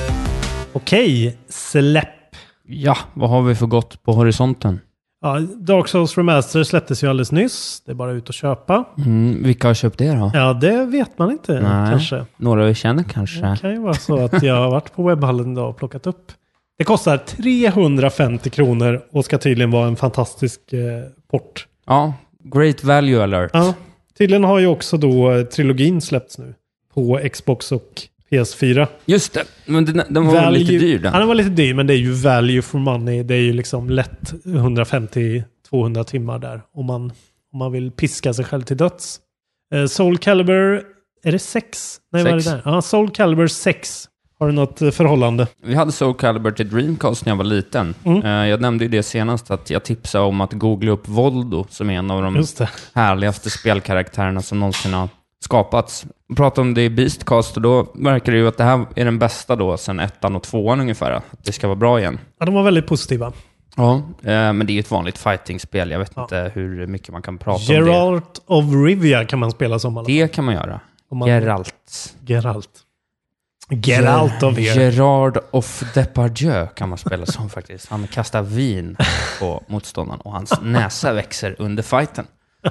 Okej, släpp. Ja, vad har vi för gott på horisonten? Ja, Dark Souls Remaster släpptes ju alldeles nyss. Det är bara ut och köpa. Mm, vilka har köpt det då? Ja, det vet man inte. Nej, kanske. Några vi känner kanske. Det kan ju vara så att jag har varit på webbhallen idag och plockat upp. Det kostar trehundrafemtio kronor och ska tydligen vara en fantastisk eh, port. Ja, great value alert. Ja, tydligen har ju också då eh, trilogin släppts nu på Xbox och P S fyra. Just det, men den, den var value, lite dyr den. Ja, den var lite dyr, men det är ju value for money. Det är ju liksom lätt hundrafemtio till tvåhundra timmar där om man, om man vill piska sig själv till döds. Eh, Soul Calibur, är det sex? Nej, sex. vad är det där? Ja, Soul Calibur sex. Har du något eh, förhållande? Vi hade Soul Calibur till Dreamcast när jag var liten. Mm. Eh, jag nämnde ju det senast att jag tipsade om att googla upp Voldo som är en av de härligaste spelkaraktärerna som någonsin har skapats. Vi pratade om det i Beastcast och då verkar det ju att det här är den bästa då sen ettan och tvåan ungefär. Att det ska vara bra igen. Ja, de var väldigt positiva. Ja, eh, men det är ju ett vanligt fighting-spel. Jag vet ja. inte hur mycket man kan prata Geralt om det. Geralt of Rivia kan man spela som alla. Det kan man göra. Man... Geralt. Geralt. Geralt of Rivia. Gerard of Depardieu kan man spela som faktiskt. Han kastar vin på motståndaren och hans näsa växer under fighten.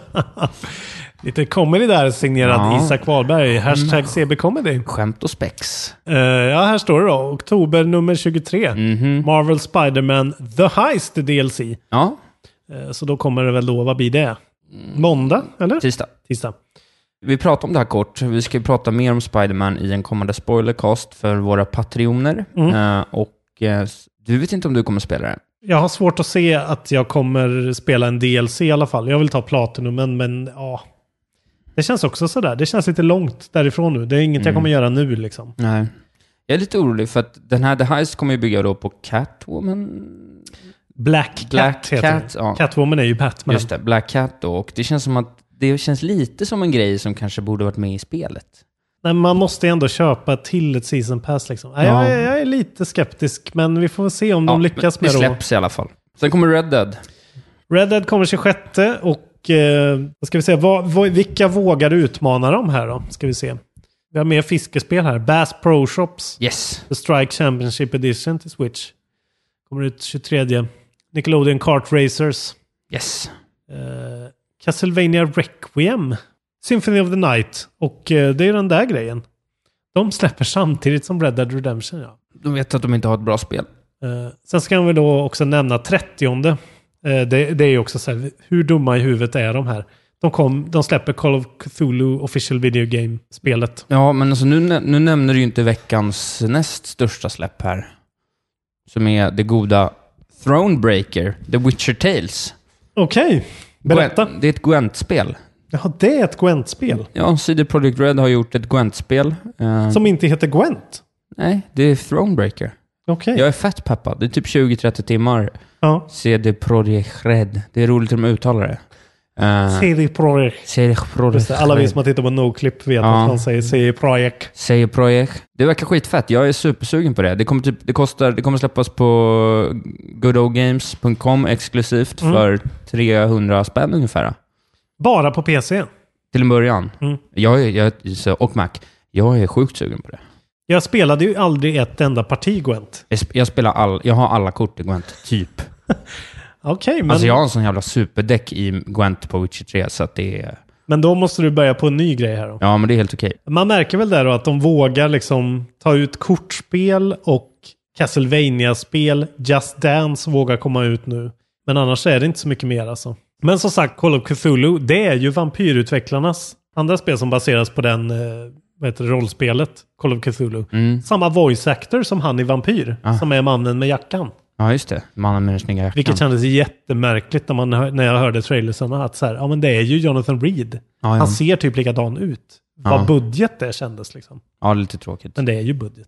Lite comedy där, signerad ja. Isak Wahlberg. Hashtag C B Comedy. Skämt och spex. Uh, ja, här står det då. Oktober nummer tjugotre. Mm-hmm. Marvel Spider-Man The Heist D L C. Ja. Uh, så då kommer det väl då, vad blir det? Måndag, eller? Tisdag. Tisdag. Vi pratar om det här kort. Vi ska prata mer om Spider-Man i en kommande spoilercast för våra patrioner. Mm. Uh, och uh, du vet inte om du kommer spela det? Jag har svårt att se att jag kommer spela en D L C i alla fall. Jag vill ta Platinum, men, men ja... Det känns också sådär. Det känns lite långt därifrån nu. Det är inget mm. jag kommer göra nu liksom. Nej. Jag är lite orolig för att den här The Heist kommer ju bygga då på Catwoman. Black Cat, Black heter Cat ja. Catwoman är ju Batman. Just det, Black Cat då. Och det känns som att det känns lite som en grej som kanske borde varit med i spelet. Nej, man måste ändå köpa till ett season pass liksom. Ja. Jag, jag, jag är lite skeptisk, men vi får se om ja, de lyckas med det. Det släpps då. I alla fall. Sen kommer Red Dead. Red Dead kommer tjugosjätte och eh, vad ska vi se, vad, vad, vilka vågar utmana dem här då? Ska vi se. Vi har mer fiskespel här. Bass Pro Shops. Yes. The Strike Championship Edition till Switch. Kommer ut tjugotredje. Nickelodeon Kart Racers. Yes. Eh, Castlevania Requiem. Symphony of the Night. Och eh, det är den där grejen. De släpper samtidigt som Red Dead Redemption. Ja. De vet att de inte har ett bra spel. Eh, sen ska vi då också nämna trettionde. Eh, det, det är ju också så här, hur dumma i huvudet är de här? De, kom, de släpper Call of Cthulhu Official Video Game-spelet. Ja, men alltså nu, nu nämner du ju inte veckans näst största släpp här. Som är det goda Thronebreaker, The Witcher Tales. Okej, okay. Berätta. Gwent, det är ett Gwent-spel. Ja, det är ett Gwent-spel. Ja, C D Projekt Red har gjort ett Gwent-spel. Uh, Som inte heter Gwent? Nej, det är Thronebreaker. Okej. Okay. Jag är fett peppad. Det är typ tjugo till trettio timmar. Ja. C D Projekt Red. Det är roligt att de uttalar det. Uh, C D Projekt. C D Projekt. Alla vi som har tittat på NoClip vet ja. att han säger C D Projekt. C D Projekt. Det verkar skitfett. Jag är supersugen på det. Det kommer, typ, det kostar, det kommer släppas på good old games punkt com exklusivt mm. för trehundra spänn ungefär. Bara på P C? Till en början. Mm. Jag, är, jag, och Mac. Jag är sjukt sugen på det. Jag spelade ju aldrig ett enda parti Gwent. Jag, jag spelar all, jag har alla kort i Gwent, typ. Okej, okay, men... Alltså jag har en sån jävla superdäck i Gwent på Witcher tre, så att det är... Men då måste du börja på en ny grej här då. Ja, men det är helt okej. Okay. Man märker väl där då att de vågar liksom ta ut kortspel och Castlevania-spel. Just Dance vågar komma ut nu. Men annars är det inte så mycket mer alltså. Men som sagt, Call of Cthulhu, det är ju vampyrutvecklarnas andra spel som baseras på den... Eh, vad heter det, rollspelet Call of Cthulhu. Mm. Samma voice actor som han i Vampyr. Ah. Som är mannen med jackan. Ja, just det. Mannen med den snygga jackan. Vilket kändes jättemärkligt när, man, när jag hörde trailersarna. Att så här, ja men det är ju Jonathan Reed. Ja, ja. Han ser typ likadan ut. Vad ja. budget det kändes liksom. Ja, lite tråkigt. Men det är ju budget.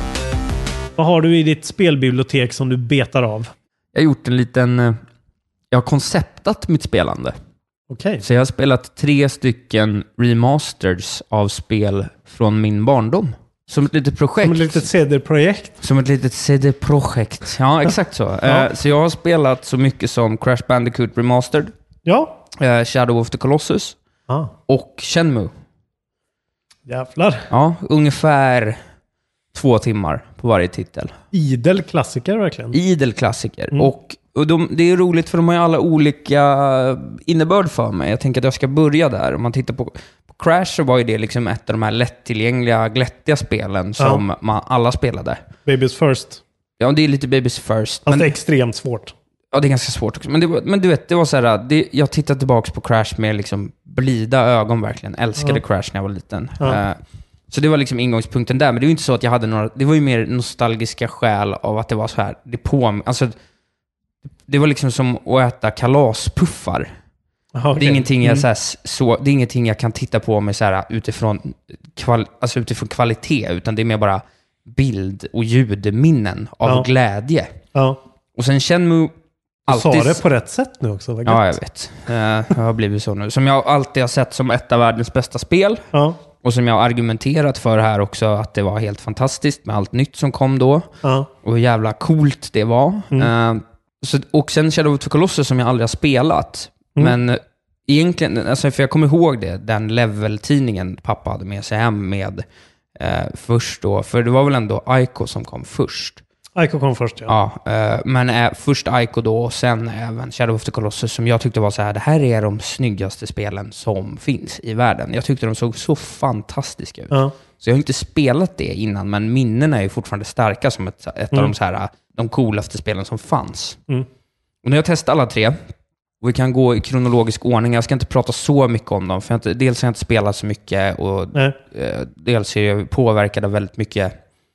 Vad har du i ditt spelbibliotek som du betar av? Jag har gjort en liten... Jag har konceptat mitt spelande. Okay. Så jag har spelat tre stycken remasters av spel från min barndom. Som ett litet projekt. Som ett litet C D-projekt. Som ett litet C D-projekt. Ja, exakt så. ja. uh, så jag har spelat så mycket som Crash Bandicoot Remastered. Ja. Uh, Shadow of the Colossus. Ah. Och Shenmue. Jävlar. Ja, ungefär två timmar på varje titel. Idel klassiker verkligen. Idel klassiker. Mm. Och Och de, det är roligt för de har ju alla olika innebörd för mig. Jag tänker att jag ska börja där. Om man tittar på, på Crash så var ju det liksom ett av de här lättillgängliga, glättiga spelen som ja. man alla spelade. Baby's First. Ja, det är lite Baby's First. Fast men, det är extremt svårt. Ja, det är ganska svårt också. Men, det, men du vet, det var så här, det, jag tittade tillbaka på Crash med liksom blida ögon verkligen. Älskade ja. Crash när jag var liten. Ja. Uh, så det var liksom ingångspunkten där. Men det är ju inte så att jag hade några... Det var ju mer nostalgiska skäl av att det var så här... Det på, alltså... Det var liksom som att äta kalaspuffar. Aha, okay. Det är ingenting jag mm. så, här, så det är ingenting jag kan titta på med så här utifrån kval, alltså utifrån kvalitet, utan det är mer bara bild och ljudminnen av ja. glädje. Ja. Och sen Shenmue alltid... Du sa det på rätt sätt nu också. Vad ja, jag vet. Uh, jag har blivit så nu. Som jag alltid har sett som ett av världens bästa spel. Ja. Och som jag har argumenterat för här också, att det var helt fantastiskt med allt nytt som kom då. Ja. Och hur jävla coolt det var. Mm. Uh, Så, och sen Shadow of the Colossus som jag aldrig har spelat. Mm. Men egentligen, alltså för jag kommer ihåg det, den level-tidningen pappa hade med sig hem med eh, först då. För det var väl ändå Ico som kom först. Ico kom först, ja. Ja, eh, men eh, först Ico då och sen även Shadow of the Colossus som jag tyckte var så här, det här är de snyggaste spelen som finns i världen. Jag tyckte de såg så fantastiska ut. Ja. Så jag har inte spelat det innan, men minnena är ju fortfarande starka som ett, ett mm. av de så här, de coolaste spelen som fanns. Mm. Och när jag testat alla tre, och vi kan gå i kronologisk ordning, jag ska inte prata så mycket om dem, för jag inte, dels har jag inte spelat så mycket och eh, dels är jag påverkad av väldigt mycket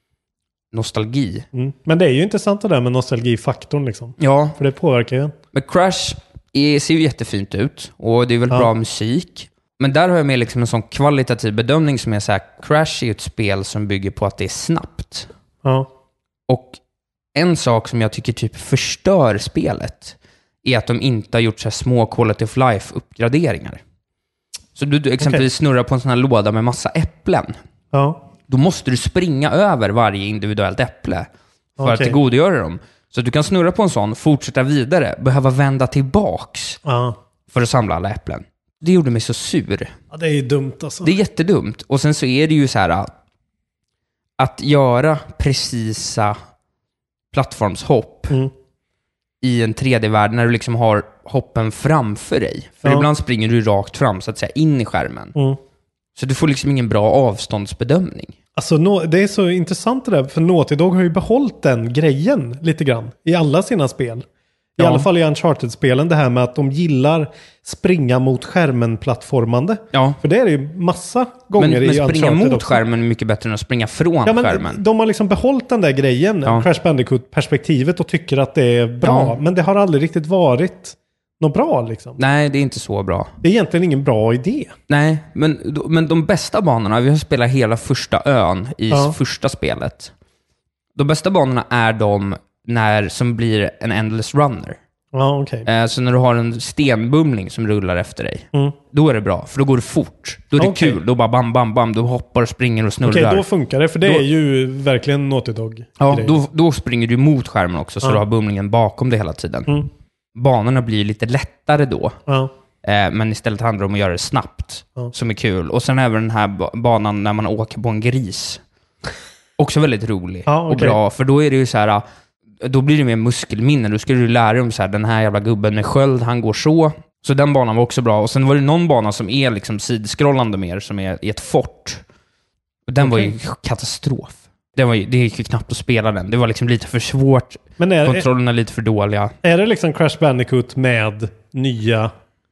nostalgi. Mm. Men det är ju intressant det där med nostalgifaktorn liksom. Ja. För det påverkar ju. Men Crash är, ser ju jättefint ut och det är väl ja. bra musik. Men där har jag med liksom en sån kvalitativ bedömning som är så här, Crash är ju ett spel som bygger på att det är snabbt. Ja. Och en sak som jag tycker typ förstör spelet är att de inte har gjort så här små quality of life-uppgraderingar. Så du, du exempelvis okay. snurrar på en sån här låda med massa äpplen. Ja. Då måste du springa över varje individuellt äpple för okay. att tillgodogöra dem. Så att du kan snurra på en sån, fortsätta vidare, behöva vända tillbaks ja. för att samla alla äpplen. Det gjorde mig så sur. Ja, det är ju dumt alltså. Det är jättedumt. Och sen så är det ju så här att göra precisa plattformshopp mm. i en tre D-värld när du liksom har hoppen framför dig. För ja. ibland springer du rakt fram så att säga in i skärmen. Mm. Så du får liksom ingen bra avståndsbedömning. Alltså det är så intressant det där, för Naughty Dog har ju behållit den grejen lite grann i alla sina spel. I ja. alla fall i Uncharted-spelen, det här med att de gillar springa mot skärmen-plattformande. Ja. För det är det ju massa gånger men, i Uncharted. Men springa mot också. skärmen är mycket bättre än att springa från ja, men skärmen. De har liksom behållit den där grejen, ja. Crash Bandicoot-perspektivet och tycker att det är bra. Ja. Men det har aldrig riktigt varit något bra liksom. Nej, det är inte så bra. Det är egentligen ingen bra idé. Nej, men, men de bästa banorna, vi har spelat hela första ön i ja. första spelet. De bästa banorna är de när, som blir en endless runner. Ja, okej. Okay. Så när du har en stenbumling som rullar efter dig, mm. då är det bra, för då går det fort. Då är det okay. kul, då bara bam, bam, bam, du hoppar, springer och snurrar. Okej, okay, då funkar det, för det då, är ju verkligen Naughty Dog. Ja, då, då springer du mot skärmen också, så ja. du har bumlingen bakom dig hela tiden. Mm. Banorna blir lite lättare då. Ja. Eh, men istället handlar det om att göra det snabbt, ja. som är kul. Och sen även den här banan när man åker på en gris. Också väldigt rolig ja, okay. och bra, för då är det ju så här, då blir det mer muskelminne. Då ska du lära dig om så här, den här jävla gubben med sköld, han går så. Så den banan var också bra. Och sen var det någon bana som är liksom sidskrollande mer, som är i ett fort. Och den okay. var ju katastrof. Det, var ju, det gick ju knappt att spela den. Det var liksom lite för svårt. Men är, kontrollerna är lite för dåliga. Är det liksom Crash Bandicoot med nya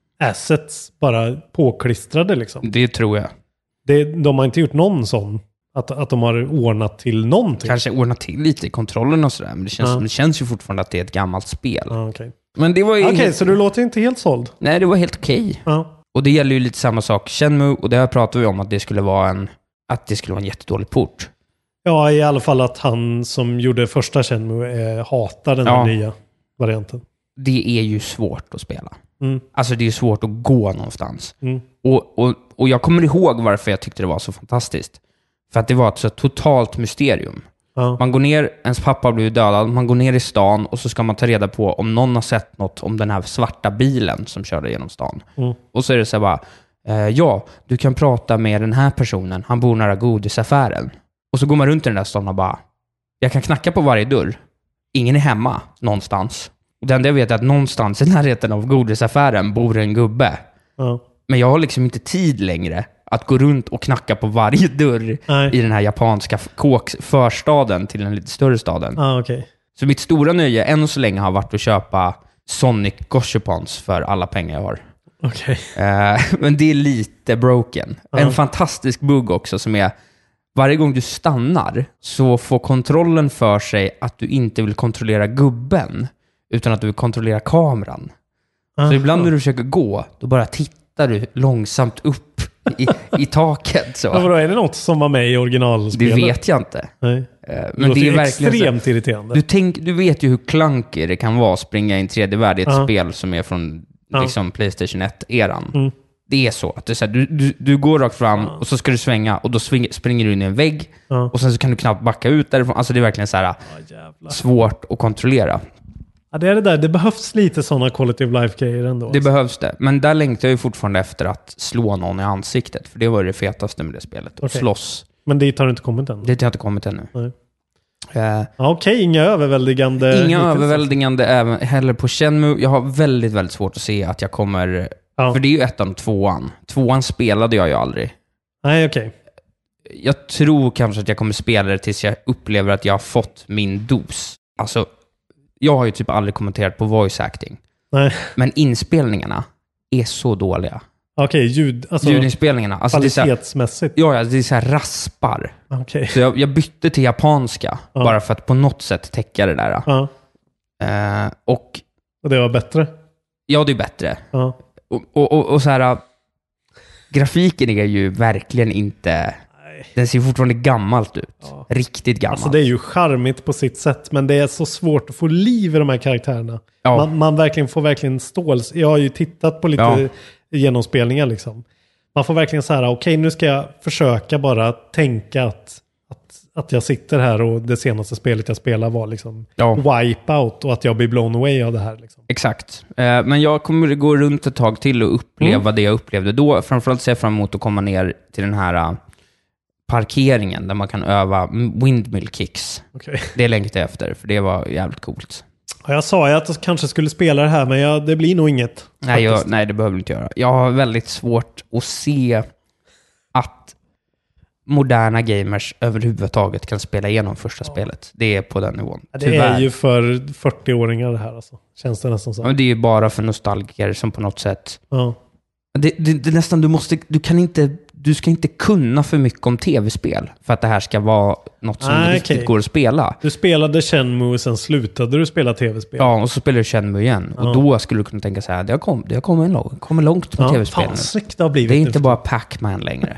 assets bara påklistrade liksom? Det tror jag. Det, de har inte gjort någon sån. Att, att de har ordnat till någonting. Kanske ordnat till lite i kontrollen och sådär. Men det känns, ja. det känns ju fortfarande att det är ett gammalt spel. Ja, okay. Men det var ju... Okej, okay, helt... så du låter inte helt såld? Nej, det var helt okej. Okay. Ja. Och det gäller ju lite samma sak. Shenmue, och det här pratade vi om att det skulle vara en... Att det skulle vara en jättedålig port. Ja, i alla fall att han som gjorde första Shenmue eh, hatar den ja. nya varianten. Det är ju svårt att spela. Mm. Alltså det är svårt att gå någonstans. Mm. Och, och, och jag kommer ihåg varför jag tyckte det var så fantastiskt. För att det var ett så totalt mysterium. Ja. Man går ner, ens pappa har blivit dödad, man går ner i stan och så ska man ta reda på om någon har sett något om den här svarta bilen som körde genom stan. Mm. Och så är det så här bara, eh, ja, du kan prata med den här personen, han bor nära godisaffären. Och så går man runt i den där stan och bara, jag kan knacka på varje dörr. Ingen är hemma någonstans. Och det enda jag vet är att någonstans i närheten av godisaffären bor en gubbe. Ja. Men jag har liksom inte tid längre att gå runt och knacka på varje dörr Nej. i den här japanska kåks förstaden till den lite större staden. Ah, okay. Så mitt stora nöje än så länge har varit att köpa Sonic Goshipons för alla pengar jag har. Okay. Eh, men det är lite broken. Ah. En fantastisk bugg också som är, varje gång du stannar så får kontrollen för sig att du inte vill kontrollera gubben utan att du vill kontrollera kameran. Ah. Så ibland när du försöker gå, då bara tittar du långsamt upp i, i taket. Så. Ja, vadå, är det något som var med i originalspelet? Det vet jag inte. Nej. Men det, det är verkligen extremt så, irriterande. Du, tänk, du vet ju hur klankig det kan vara att springa i en tredje värld i ett uh-huh. spel som är från uh-huh. liksom PlayStation ett-eran. Mm. Det är så att du, så här, du, du, du går rakt fram uh-huh. och så ska du svänga och då sving, springer du in i en vägg uh-huh. och sen så kan du knappt backa ut därifrån. Alltså det är verkligen så här uh, svårt att kontrollera. Ja, det är det där. Det behövs lite sådana quality of life-grejer ändå. Det alltså. behövs det. Men där längtar jag ju fortfarande efter att slå någon i ansiktet. För det var ju det fetaste med det spelet. Att okay. slåss. Men dit har du inte kommit än? Det har inte kommit ännu. Nej. Uh, ja, Okej, okay, inga överväldigande... Inga överväldigande även, heller på Shenmue. Jag har väldigt, väldigt svårt att se att jag kommer... Ja. För det är ju ettan och tvåan. Tvåan spelade jag ju aldrig. Nej, okej. Okay. Jag tror kanske att jag kommer spela det tills jag upplever att jag har fått min dos. Alltså... Jag har ju typ aldrig kommenterat på voice acting. Nej. Men inspelningarna är så dåliga. Okej, okay, ljud... Alltså, ljudinspelningarna. Alltså kvalitetsmässigt. Det är så här, ja, det är så här raspar. Okay. Så jag, jag bytte till japanska. Ja. Bara för att på något sätt täcka det där. Ja. Uh, och... Och det var bättre? Ja, det är bättre. Ja. Och, och, och, och så här... Grafiken är ju verkligen inte... Den ser fortfarande gammalt ut. Ja. Riktigt gammalt. Alltså det är ju charmigt på sitt sätt. Men det är så svårt att få liv i de här karaktärerna. Ja. Man, man verkligen får verkligen ståls. Jag har ju tittat på lite ja. genomspelningar liksom. Man får verkligen så här, okej okay, nu ska jag försöka bara tänka att, att, att jag sitter här och det senaste spelet jag spelar var liksom ja. Wipeout och att jag blir blown away av det här. Liksom. Exakt. Eh, men jag kommer gå runt ett tag till och uppleva mm. det jag upplevde då. Framförallt ser jag fram emot att komma ner till den här... parkeringen där man kan öva windmill kicks. Okay. Det längtar jag efter, för det var jävligt coolt. Ja, jag sa ju att jag kanske skulle spela det här, men jag, det blir nog inget. Nej, jag, nej, det behöver jag inte göra. Jag har väldigt svårt att se att moderna gamers överhuvudtaget kan spela igenom första ja. spelet. Det är på den nivån. Ja, det Tyvärr. är ju för fyrtio-åringar det här alltså. Känns det nästan så. Ja, det är ju bara för nostalgiker som på något sätt... Ja. Det, det, det är nästan, du måste... Du kan inte... Du ska inte kunna för mycket om tv-spel för att det här ska vara något som ah, riktigt okay. går att spela. Du spelade Shenmue och sen slutade du spela tv-spel. Ja, och så spelade du Shenmue igen. Ja. Och då skulle du kunna tänka så här, det har kommit, det har kommit, lång, kommit långt med ja, tv-spel. Fan, snyggt det har blivit. Det är inte bara Pac-Man längre.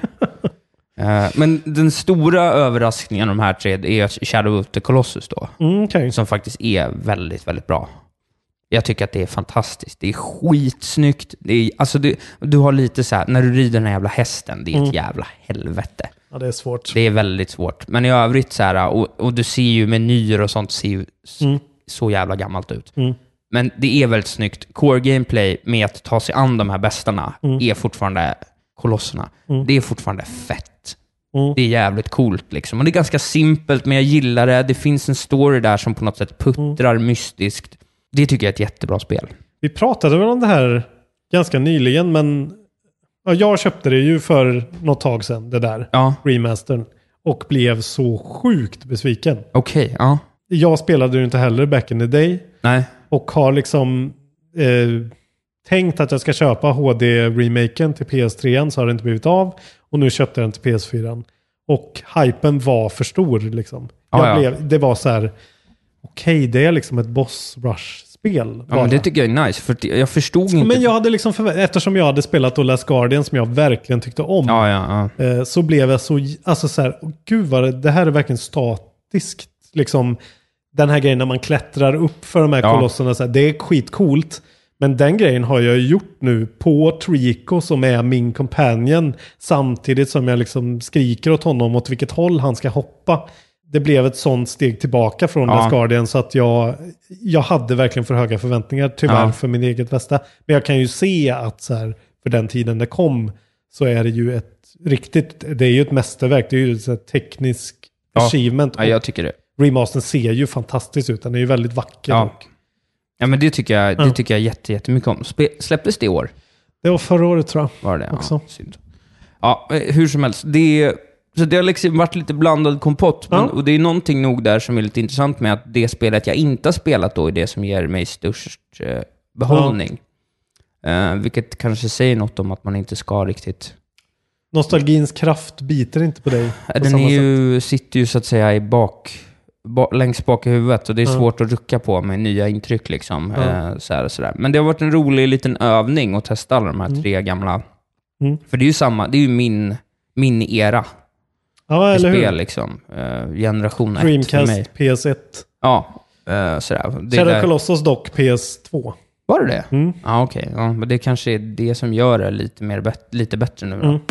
uh, men den stora överraskningen av de här tre är Shadow of the Colossus då. Mm, okay. Som faktiskt är väldigt, väldigt bra. Jag tycker att det är fantastiskt. Det är skitsnyggt. Det är, alltså du, du har lite så här, när du rider den här jävla hästen, det är ett mm. jävla helvete. Ja, det är svårt. Det är väldigt svårt. Men i övrigt så här, och, och du ser ju menyer och sånt ser ju mm. så jävla gammalt ut. Mm. Men det är väldigt snyggt. Core gameplay med att ta sig an de här bästarna mm. är fortfarande kolosserna. Mm. Det är fortfarande fett. Mm. Det är jävligt coolt liksom. Och det är ganska simpelt, men jag gillar det. Det finns en story där som på något sätt puttrar mm. mystiskt. Det tycker jag är ett jättebra spel. Vi pratade väl om det här ganska nyligen, men ja, jag köpte det ju för något tag sedan, det där ja. remastern, och blev så sjukt besviken. Okej, okay, ja. Jag spelade ju inte heller back in the day. Nej. Och har liksom eh, tänkt att jag ska köpa H D-remaken till P S tre, så har det inte blivit av. Och nu köpte jag den till P S fyra. Och hypen var för stor liksom. Jag ah, blev, ja. Det var så här, okej, okay, det är liksom ett boss rush-spel. Ja, men det tycker jag är nice, för jag förstod inte. Men jag hade liksom, förvä- eftersom jag hade spelat The Last Guardian som jag verkligen tyckte om, ja, ja, ja. Eh, så blev jag så, alltså så här, oh, gud vad det, det här är verkligen statiskt. Liksom, den här grejen när man klättrar upp för de här ja. kolosserna, så här, det är skitcoolt. Men den grejen har jag gjort nu på Trico som är min companion, samtidigt som jag liksom skriker åt honom åt vilket håll han ska hoppa. Det blev ett sånt steg tillbaka från ja. Last Guardian, så att jag, jag hade verkligen för höga förväntningar tyvärr ja. för min eget bästa. Men jag kan ju se att så här, för den tiden det kom så är det ju ett riktigt, det är ju ett mästerverk. Det är ju ett teknisk ja. achievement. Ja, jag tycker det. Remastern ser ju fantastiskt ut. Den är ju väldigt vacker. Ja, och... ja men det tycker jag, det tycker jag jätte, jättemycket om. Spe- släpptes det i år? Det var förra året tror jag. Var det? Också. Ja, synd. Ja, hur som helst. Det, så det har liksom varit lite blandad kompott. Men, ja. Och det är någonting nog där som är lite intressant med att det spelet jag inte har spelat då är det som ger mig störst eh, behållning. Ja. Eh, vilket kanske säger något om att man inte ska riktigt... Nostalgins kraft biter inte på dig. På Den är ju, sitter ju så att säga i bak... Ba, längst bak i huvudet, och det är ja. svårt att rucka på med nya intryck liksom. Ja. Eh, så här och så där. Men det har varit en rolig liten övning att testa alla de här mm. tre gamla. Mm. För det är ju samma, det är ju min, min era. Ja, eller spel hur? Liksom. Eh, generation ett Dreamcast, för mig. P S ett. Ja, eh, sådär. Det Shadow Colossus dock, P S två. Var det det? Mm. Ja, okej. Okay. Ja, men det kanske är det som gör det lite, mer bet- lite bättre nu då. Mm.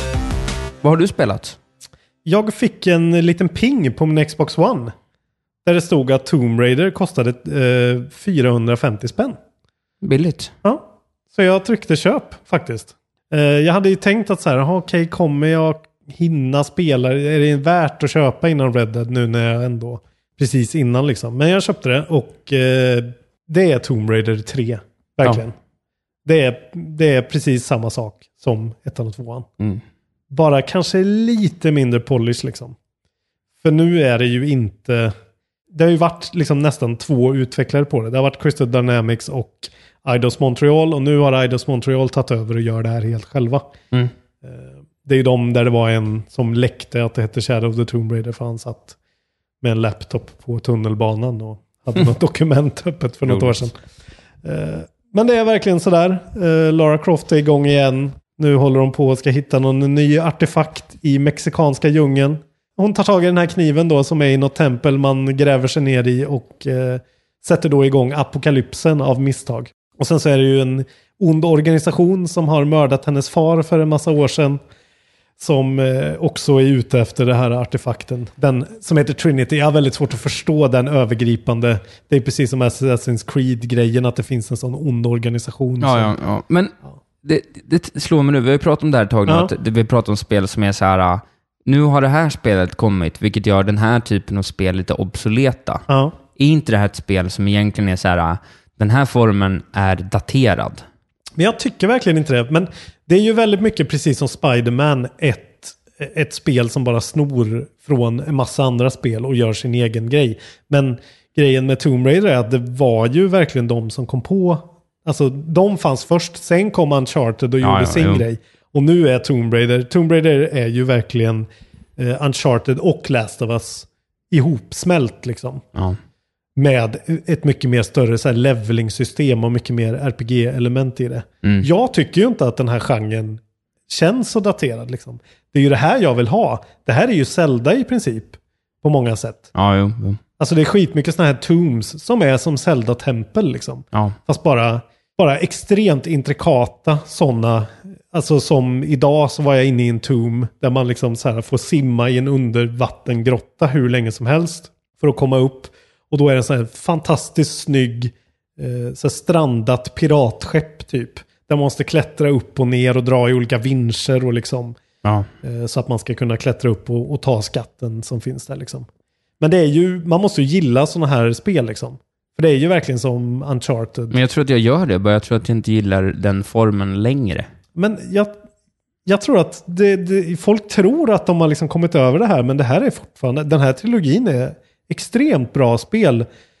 Vad har du spelat? Jag fick en liten ping på min Xbox One. Där det stod att Tomb Raider kostade eh, fyrahundrafemtio spänn. Billigt. Ja, så jag tryckte köp faktiskt. Eh, jag hade ju tänkt att så här, okej, okay, kommer jag hinna spela? Är det värt att köpa innan Red Dead nu när jag ändå precis innan liksom? Men jag köpte det och eh, det är Tomb Raider tre. Verkligen. Ja. Det, är, det är precis samma sak som ettan och tvåan. Mm. Bara kanske lite mindre polish liksom. För nu är det ju inte... Det har ju varit liksom nästan två utvecklare på det. Det har varit Crystal Dynamics och Eidos Montreal. Och nu har Eidos Montreal tagit över och gör det här helt själva. Mm. Det är ju de där det var en som läckte att det hette Shadow of the Tomb Raider. För han satt med en laptop på tunnelbanan och hade något dokument öppet för något år sedan. Men det är verkligen sådär. Lara Croft är igång igen. Nu håller de på och ska hitta någon ny artefakt i mexikanska djungeln. Hon tar tag i den här kniven då som är i något tempel man gräver sig ner i och eh, sätter då igång apokalypsen av misstag. Och sen så är det ju en ond organisation som har mördat hennes far för en massa år sedan som eh, också är ute efter det här artefakten. Den som heter Trinity. Jag har väldigt svårt att förstå den övergripande. Det är precis som Assassin's Creed-grejen att det finns en sån ond organisation. Ja, som, ja, ja. Men ja. Det, det slår mig nu. Vi har ju pratat om det här ett tag nu. Ja. Att vi pratar om spel som är så här... Nu har det här spelet kommit, vilket gör den här typen av spel lite obsoleta. Ja. Är inte det här ett spel som egentligen är så här, den här formen är daterad? Men jag tycker verkligen inte det. Men det är ju väldigt mycket precis som Spider-Man ett ett spel som bara snor från en massa andra spel och gör sin egen grej. Men grejen med Tomb Raider är att det var ju verkligen de som kom på, alltså de fanns först, sen kom Uncharted och gjorde ja, ja, sin jo. grej. Och nu är Tomb Raider, Tomb Raider är ju verkligen eh, Uncharted och Last of Us ihopsmält liksom. Ja. Med ett mycket mer större så här leveling-system och mycket mer R P G-element i det. Mm. Jag tycker ju inte att den här genren känns så daterad liksom. Det är ju det här jag vill ha. Det här är ju Zelda i princip på många sätt. Ja, jo, jo. Alltså det är skitmycket såna här tombs som är som Zelda-tempel liksom. Ja. Fast bara, bara extremt intrikata sådana. Alltså som idag så var jag inne i en tomb där man liksom så här får simma i en undervattengrotta hur länge som helst för att komma upp. Och då är det en sån här fantastiskt snygg eh, så här strandat piratskepp typ. Där man måste klättra upp och ner och dra i olika vinscher och liksom. Ja. Eh, så att man ska kunna klättra upp och, och ta skatten som finns där liksom. Men det är ju, man måste ju gilla såna här spel liksom. För det är ju verkligen som Uncharted. Men jag tror att jag gör det, bara jag tror att jag inte gillar den formen längre. Men jag, jag tror att det, det, folk tror att de har liksom kommit över det här, men det här är fortfarande, den här trilogin är extremt bra spel.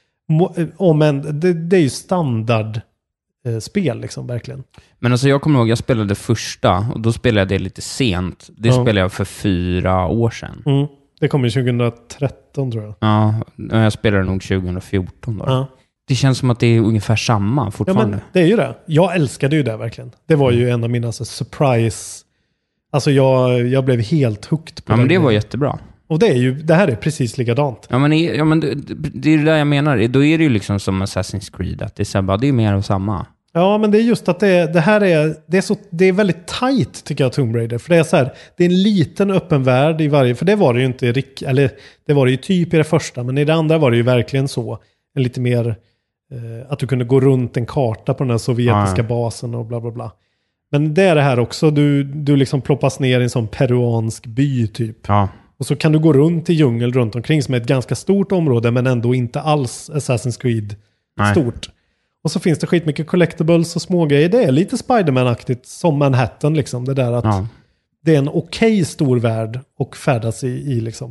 Om en, det, det är ju standard eh, spel liksom, verkligen. Men alltså jag kommer ihåg, jag spelade första och då spelade jag det lite sent. Det ja. spelade jag för fyra år sedan. Mm. Det kom ju tjugohundratretton tror jag. Ja, jag spelade nog tjugohundrafjorton då. Ja. Det känns som att det är ungefär samma fortfarande. Ja, men det är ju det. Jag älskade ju det verkligen. Det var ju en av mina alltså, surprise. Alltså jag, jag blev helt hooked på ja, det. Men det var jättebra. Och det är ju, det här är precis likadant. Ja, men, ja, men det, det är det där jag menar. Då är det ju liksom som Assassin's Creed. Att det är, så bara, det är mer av samma. Ja, men det är just att det, det här är, det är, så, det är väldigt tight tycker jag, Tomb Raider. För det är så här, det är en liten öppen värld i varje, för det var det ju inte, eller det var det ju typ i det första, men i det andra var det ju verkligen så. En lite mer, eh, att du kunde gå runt en karta på den här sovjetiska ja. basen och bla bla bla. Men det är det här också, du, du liksom ploppas ner i en sån peruansk by typ. Ja. Och så kan du gå runt i djungel runt omkring som är ett ganska stort område, men ändå inte alls Assassin's Creed Nej. stort. Och så finns det skitmycket collectibles och smågrejer. Det är lite Spider-Man-aktigt som Manhattan liksom. Det där att ja. det är en okej stor värld och färdas i, i liksom.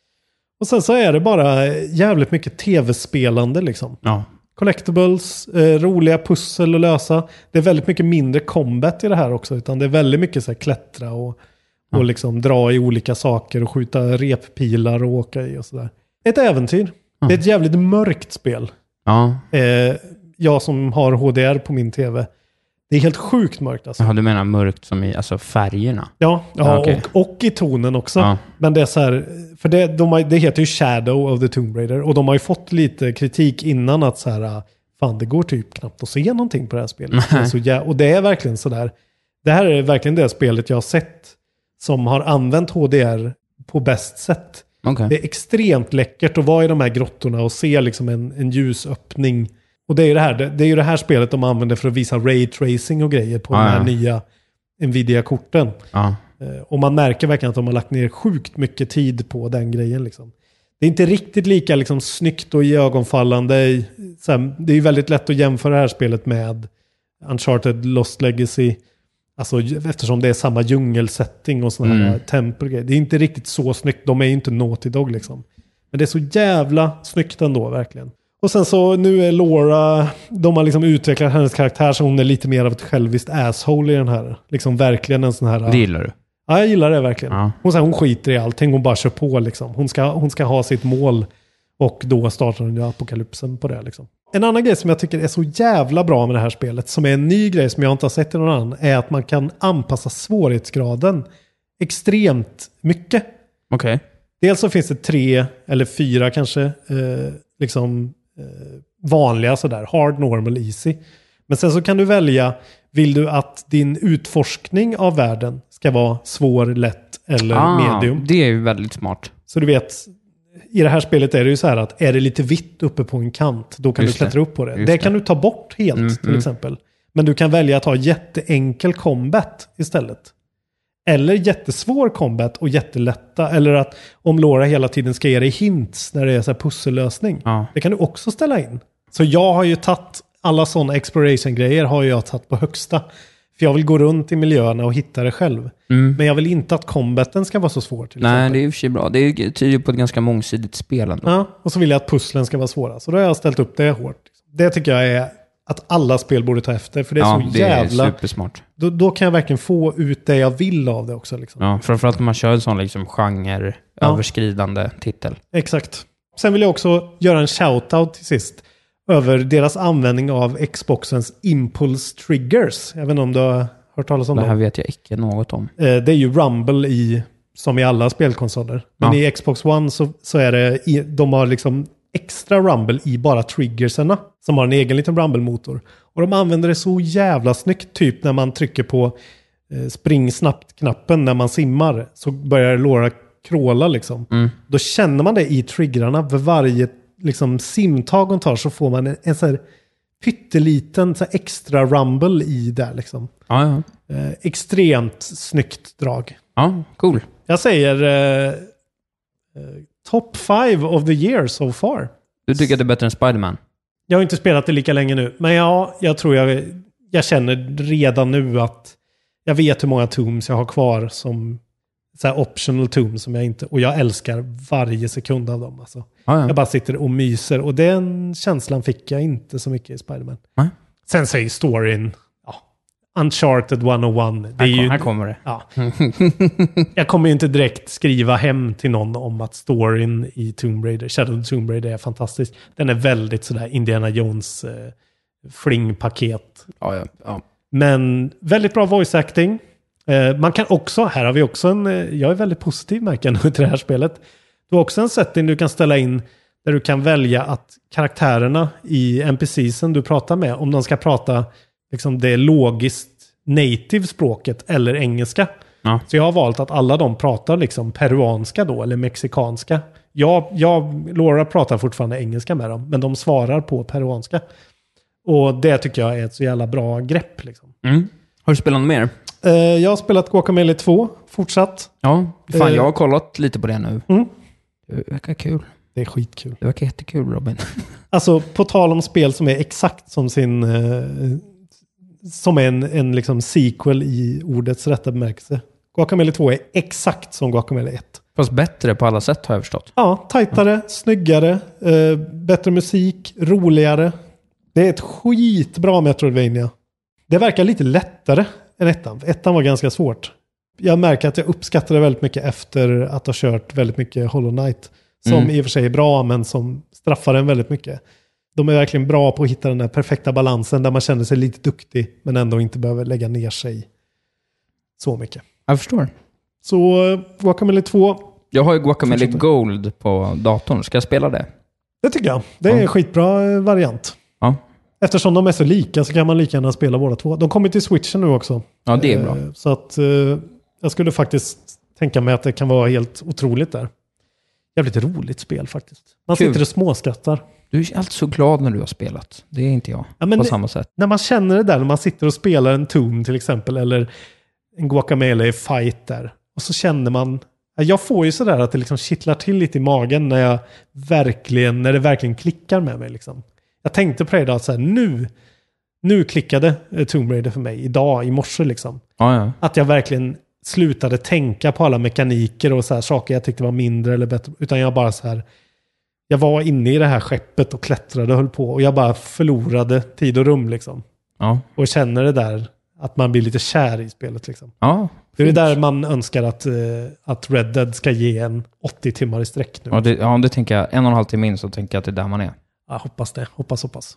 Och sen så är det bara jävligt mycket tv-spelande liksom. Ja. Collectibles, eh, roliga pussel att lösa. Det är väldigt mycket mindre combat i det här också. Utan det är väldigt mycket så här klättra och, ja. och liksom dra i olika saker och skjuta reppilar och åka i och sådär. Ett äventyr. Ja. Det är ett jävligt mörkt spel. Ja. Eh, jag som har H D R på min tv. Det är helt sjukt mörkt alltså. Ja, du menar mörkt som i alltså färgerna? Ja, ja ah, okay. och, och i tonen också. Ja. Men det är så här, för det, de har, det heter ju Shadow of the Tomb Raider. Och de har ju fått lite kritik innan att så här, fan det går typ knappt att se någonting på det här spelet. Det så, ja, och det är verkligen så där. Det här är verkligen det spelet jag har sett som har använt H D R på bäst sätt. Okay. Det är extremt läckert att vara i de här grottorna och se liksom en, en ljusöppning. Och det är, det, här, det, det är ju det här spelet de använder för att visa ray tracing och grejer på ah, de här ja. nya Nvidia-korten. Ah. Och man märker verkligen att de har lagt ner sjukt mycket tid på den grejen. Liksom. Det är inte riktigt lika liksom, snyggt och iögonfallande. Så här, det är ju väldigt lätt att jämföra det här spelet med Uncharted Lost Legacy. Alltså, eftersom det är samma djungelsetting och sådana mm. här tempelgrejer. Det är inte riktigt så snyggt. De är ju inte Naughty Dog liksom. Men det är så jävla snyggt ändå verkligen. Och sen så nu är Laura, de har liksom utvecklat hennes karaktär så hon är lite mer av ett själviskt asshole i den här. Liksom verkligen en sån här... Det gillar du? Ja, jag gillar det verkligen. Ja. Hon, så här, hon skiter i allting, hon bara kör på liksom. Hon ska, hon ska ha sitt mål och då startar hon ju apokalypsen på det liksom. En annan grej som jag tycker är så jävla bra med det här spelet, som är en ny grej som jag inte har sett i någon annan, är att man kan anpassa svårighetsgraden extremt mycket. Okej. Okay. Dels så finns det tre eller fyra kanske eh, liksom eh, vanliga sådär, hard, normal, easy. Men sen så kan du välja, vill du att din utforskning av världen ska vara svår, lätt eller ah, medium? Det är ju väldigt smart. Så du vet, i det här spelet är det ju så här att är det lite vitt uppe på en kant, då kan Just du klättra det. upp på det. Just det kan det. du ta bort helt mm, till mm. exempel. Men du kan välja att ha jätteenkel combat istället. Eller jättesvår combat och jättelätta. Eller att om Laura hela tiden ska ge dig hints när det är så här pussellösning. Ja. Det kan du också ställa in. Så jag har ju tagit alla sådana exploration-grejer har jag tagit på högsta. För För jag vill gå runt i miljöerna och hitta det själv. Mm. Men jag vill inte att combaten ska vara så svår. Till Nej, exempel. det är ju för sig bra. Det är ju tydligt på ett ganska mångsidigt spel ändå. Ja, och så vill jag att pusslen ska vara svåra. Så då har jag ställt upp det hårt. Det tycker jag är att alla spel borde ta efter. För det är ja, så det jävla... är supersmart. Då, då kan jag verkligen få ut det jag vill av det också. Liksom. Ja, framförallt när man kör en sån liksom genre, ja. överskridande titel. Exakt. Sen vill jag också göra en shoutout till sist. Över deras användning av Xboxens Impulse Triggers. Jag vet inte om du har hört talas om det. Det här vet jag inte något om. Det är ju Rumble i, som i alla spelkonsoler. Men ja. i Xbox One så, så är det, de har liksom extra Rumble i bara triggerserna. Som har en egen liten Rumble-motor. Och de använder det så jävla snyggt. Typ när man trycker på eh, spring snabbt-knappen när man simmar. Så börjar Laura kråla liksom. Mm. Då känner man det i triggerarna. För varje liksom, simtag hon tar så får man en, en så här pytteliten så här, extra Rumble i där liksom. Ja, ja. Eh, extremt snyggt drag. Ja, cool. Jag säger eh, eh, top five of the year so far. Du tycker att det är bättre än Spider-Man? Jag har inte spelat det lika länge nu. Men ja, jag tror jag, jag känner redan nu att jag vet hur många tombs jag har kvar som så här optional tombs som jag inte... Och jag älskar varje sekund av dem. Alltså. Ah, ja. Jag bara sitter och myser. Och den känslan fick jag inte så mycket i Spider-Man. Ah. Sen säger storyn... Ja, Uncharted ett oh ett. Det är här, kom, ju, här kommer det. Ja. Jag kommer ju inte direkt skriva hem till någon om att storyn i Tomb Raider, Shadow of the Tomb Raider är fantastisk. Den är väldigt sådär Indiana Jones eh, flingpaket. Ja, ja, ja. Men väldigt bra voice acting. Eh, man kan också, här har vi också en, eh, jag är väldigt positiv märker jag nu till det här spelet. Du har också en setting du kan ställa in där du kan välja att karaktärerna i N P C:sen du pratar med, om de ska prata liksom det logiskt native språket eller engelska. Ja. Så jag har valt att alla de pratar liksom peruanska då, eller mexikanska. Jag, jag, Laura pratar fortfarande engelska med dem, men de svarar på peruanska. Och det tycker jag är ett så jävla bra grepp. Liksom. Mm. Har du spelat något mer? Uh, jag har spelat Guacamelee två, fortsatt. Ja, fan uh, jag har kollat lite på det nu. Mm. Det verkar kul. Det är skitkul. Det verkar jättekul, Robin. Alltså, på tal om spel som är exakt som sin... Uh, som är en, en liksom sequel i ordets rätta bemärkelse. Guacamelee två är exakt som Guacamelee ett. Fast bättre på alla sätt har jag förstått. Ja, tajtare, ja. snyggare, uh, bättre musik, roligare. Det är ett skitbra Metroidvania. Det verkar lite lättare än ettan. Ettan var ganska svårt. Jag märker att jag uppskattar det väldigt mycket efter att ha kört väldigt mycket Hollow Knight. Som mm. i och för sig är bra, men som straffar en väldigt mycket. De är verkligen bra på att hitta den där perfekta balansen där man känner sig lite duktig men ändå inte behöver lägga ner sig så mycket. Jag förstår. Så Guacamelee två. Jag har ju Guacamelee Gold på datorn. Ska jag spela det? Det tycker jag. Det är ja. en skitbra variant. Ja. Eftersom de är så lika så kan man lika gärna spela båda två. De kommer till Switchen nu också. Ja, det är bra. Så att eh, jag skulle faktiskt tänka mig att det kan vara helt otroligt där. Jävligt roligt spel faktiskt. Man Kul. sitter och småskrattar. Du är alltid så glad när du har spelat. Det är inte jag. Ja, men på samma sätt. När man känner det där, när man sitter och spelar en Tomb till exempel, eller en Guacamelee fight där. Och så känner man... Jag får ju sådär att det liksom kittlar till lite i magen när jag verkligen, när det verkligen klickar med mig liksom. Jag tänkte på det idag att så här, nu, nu klickade Tomb Raider för mig. Idag, i morse liksom. Ja, ja. Att jag verkligen slutade tänka på alla mekaniker och så här, saker jag tyckte var mindre eller bättre. Utan jag bara så här... Jag var inne i det här skeppet och klättrade och höll på. Och jag bara förlorade tid och rum liksom. Ja. Och känner det där att man blir lite kär i spelet liksom. Ja, det är det där man önskar att, uh, att Red Dead ska ge en åttio timmar i sträck nu. Ja, det, ja, det tänker jag. En och en halv timme in så tänker jag att det är där man är. Ja, hoppas det. Hoppas, hoppas.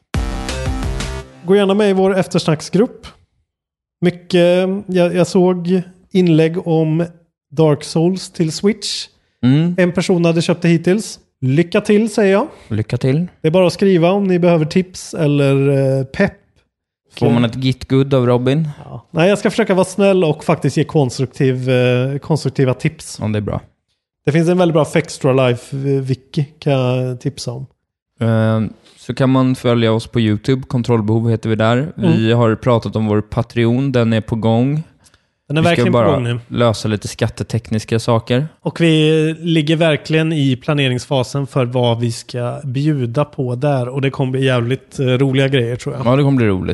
Gå gärna med i vår eftersnacksgrupp. Mycket, jag, jag såg inlägg om Dark Souls till Switch. Mm. En person hade köpt det hittills. Lycka till, säger jag. Lycka till. Det är bara att skriva om ni behöver tips eller eh, pepp. Får man ett git-good av Robin? Ja. Nej, jag ska försöka vara snäll och faktiskt ge konstruktiv, eh, konstruktiva tips. Ja, det är bra. Det finns en väldigt bra Fextra Life-wiki kan jag tipsa om. Uh, så kan man följa oss på YouTube. Kontrollbehov heter vi där. Mm. Vi har pratat om vår Patreon. Den är på gång. Den är vi verkligen ska bara på gång nu. lösa lite skattetekniska saker. Och vi ligger verkligen i planeringsfasen för vad vi ska bjuda på där. Och det kommer bli jävligt uh, roliga grejer tror jag. Ja, det kommer bli roligt.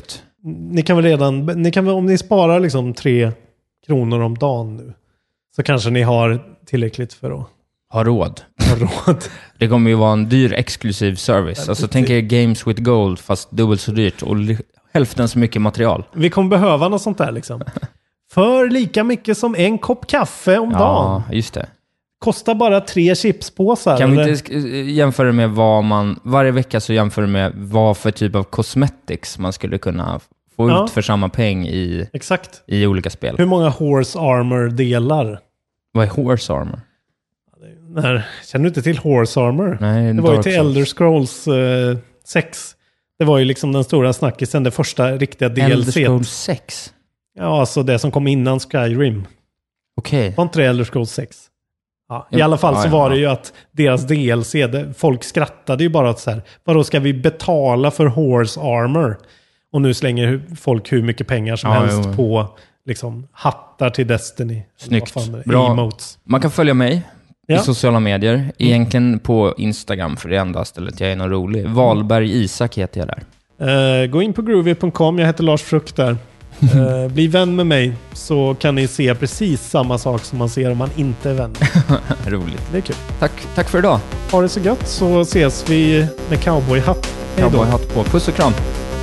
ni kan väl redan, ni kan väl, om ni sparar liksom tre kronor om dagen nu, så kanske ni har tillräckligt för att ha råd. Ha råd. Det kommer ju vara en dyr exklusiv service. Alltså tänk er Games with Gold fast dubbelt så dyrt och li- hälften så mycket material. Vi kommer behöva något sånt där liksom. För lika mycket som en kopp kaffe om ja, dagen. Ja, just det. Kostar bara tre chipspåsar. Kan eller? vi inte jämföra med vad man... Varje vecka så jämför med vad för typ av cosmetics man skulle kunna få ja. ut för samma peng i, Exakt. i olika spel. Hur många horse armor-delar? Vad är horse armor? Nej, känner du inte till horse armor? Nej, det var ju till Elder Scrolls eh, sex. Det var ju liksom den stora snackisen, det första riktiga D L C. Elder Scrolls sex? Ja, alltså det som kom innan Skyrim. Okej. Okay. Var inte det Elder Scrolls sex? Ja, i alla fall så var det ju att deras D L C, det, folk skrattade ju bara att så här, vadå ska vi betala för horse armor? Och nu slänger folk hur mycket pengar som ja, helst jo. på liksom hattar till Destiny. Snyggt. Bra. Emotes. Man kan följa mig ja. i sociala medier. Mm. Egentligen på Instagram, för det enda stället jag är någon rolig. Valberg Isak heter jag där. Uh, gå in på groovy punkt com, jag heter Lars Frukt där. Uh, bli vän med mig så kan ni se precis samma sak som man ser om man inte är vän. Roligt. Det är kul. Tack, tack för idag. Ha det så gött så ses vi med cowboyhatt. Cowboyhatt på. Puss och kram.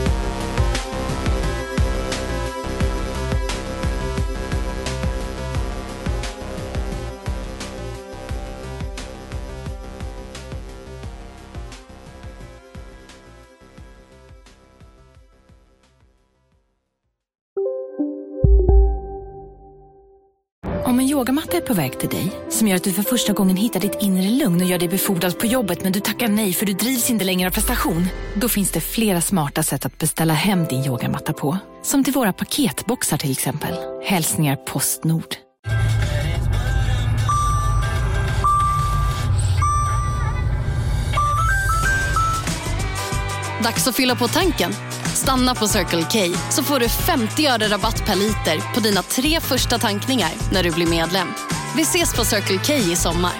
Om en yogamatta är på väg till dig, som gör att du för första gången hittar ditt inre lugn och gör dig befordrad på jobbet men du tackar nej för du drivs inte längre av prestation. Då finns det flera smarta sätt att beställa hem din yogamatta på. Som till våra paketboxar till exempel. Hälsningar Postnord. Dags att fylla på tanken. Stanna på Circle K så får du femtio öre rabatt per liter på dina tre första tankningar när du blir medlem. Vi ses på Circle K i sommar.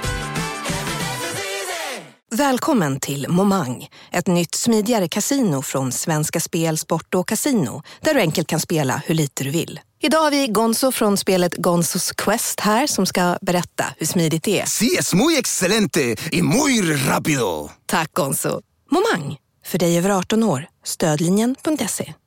Välkommen till Momang, ett nytt smidigare kasino från Svenska Spel, Sport och Casino, där du enkelt kan spela hur lite du vill. Idag har vi Gonzo från spelet Gonzos Quest här som ska berätta hur smidigt det är. Sí, es muy excelente y muy rápido. Tack Gonzo. Momang, för dig över arton år. Stödlinjen punkt se.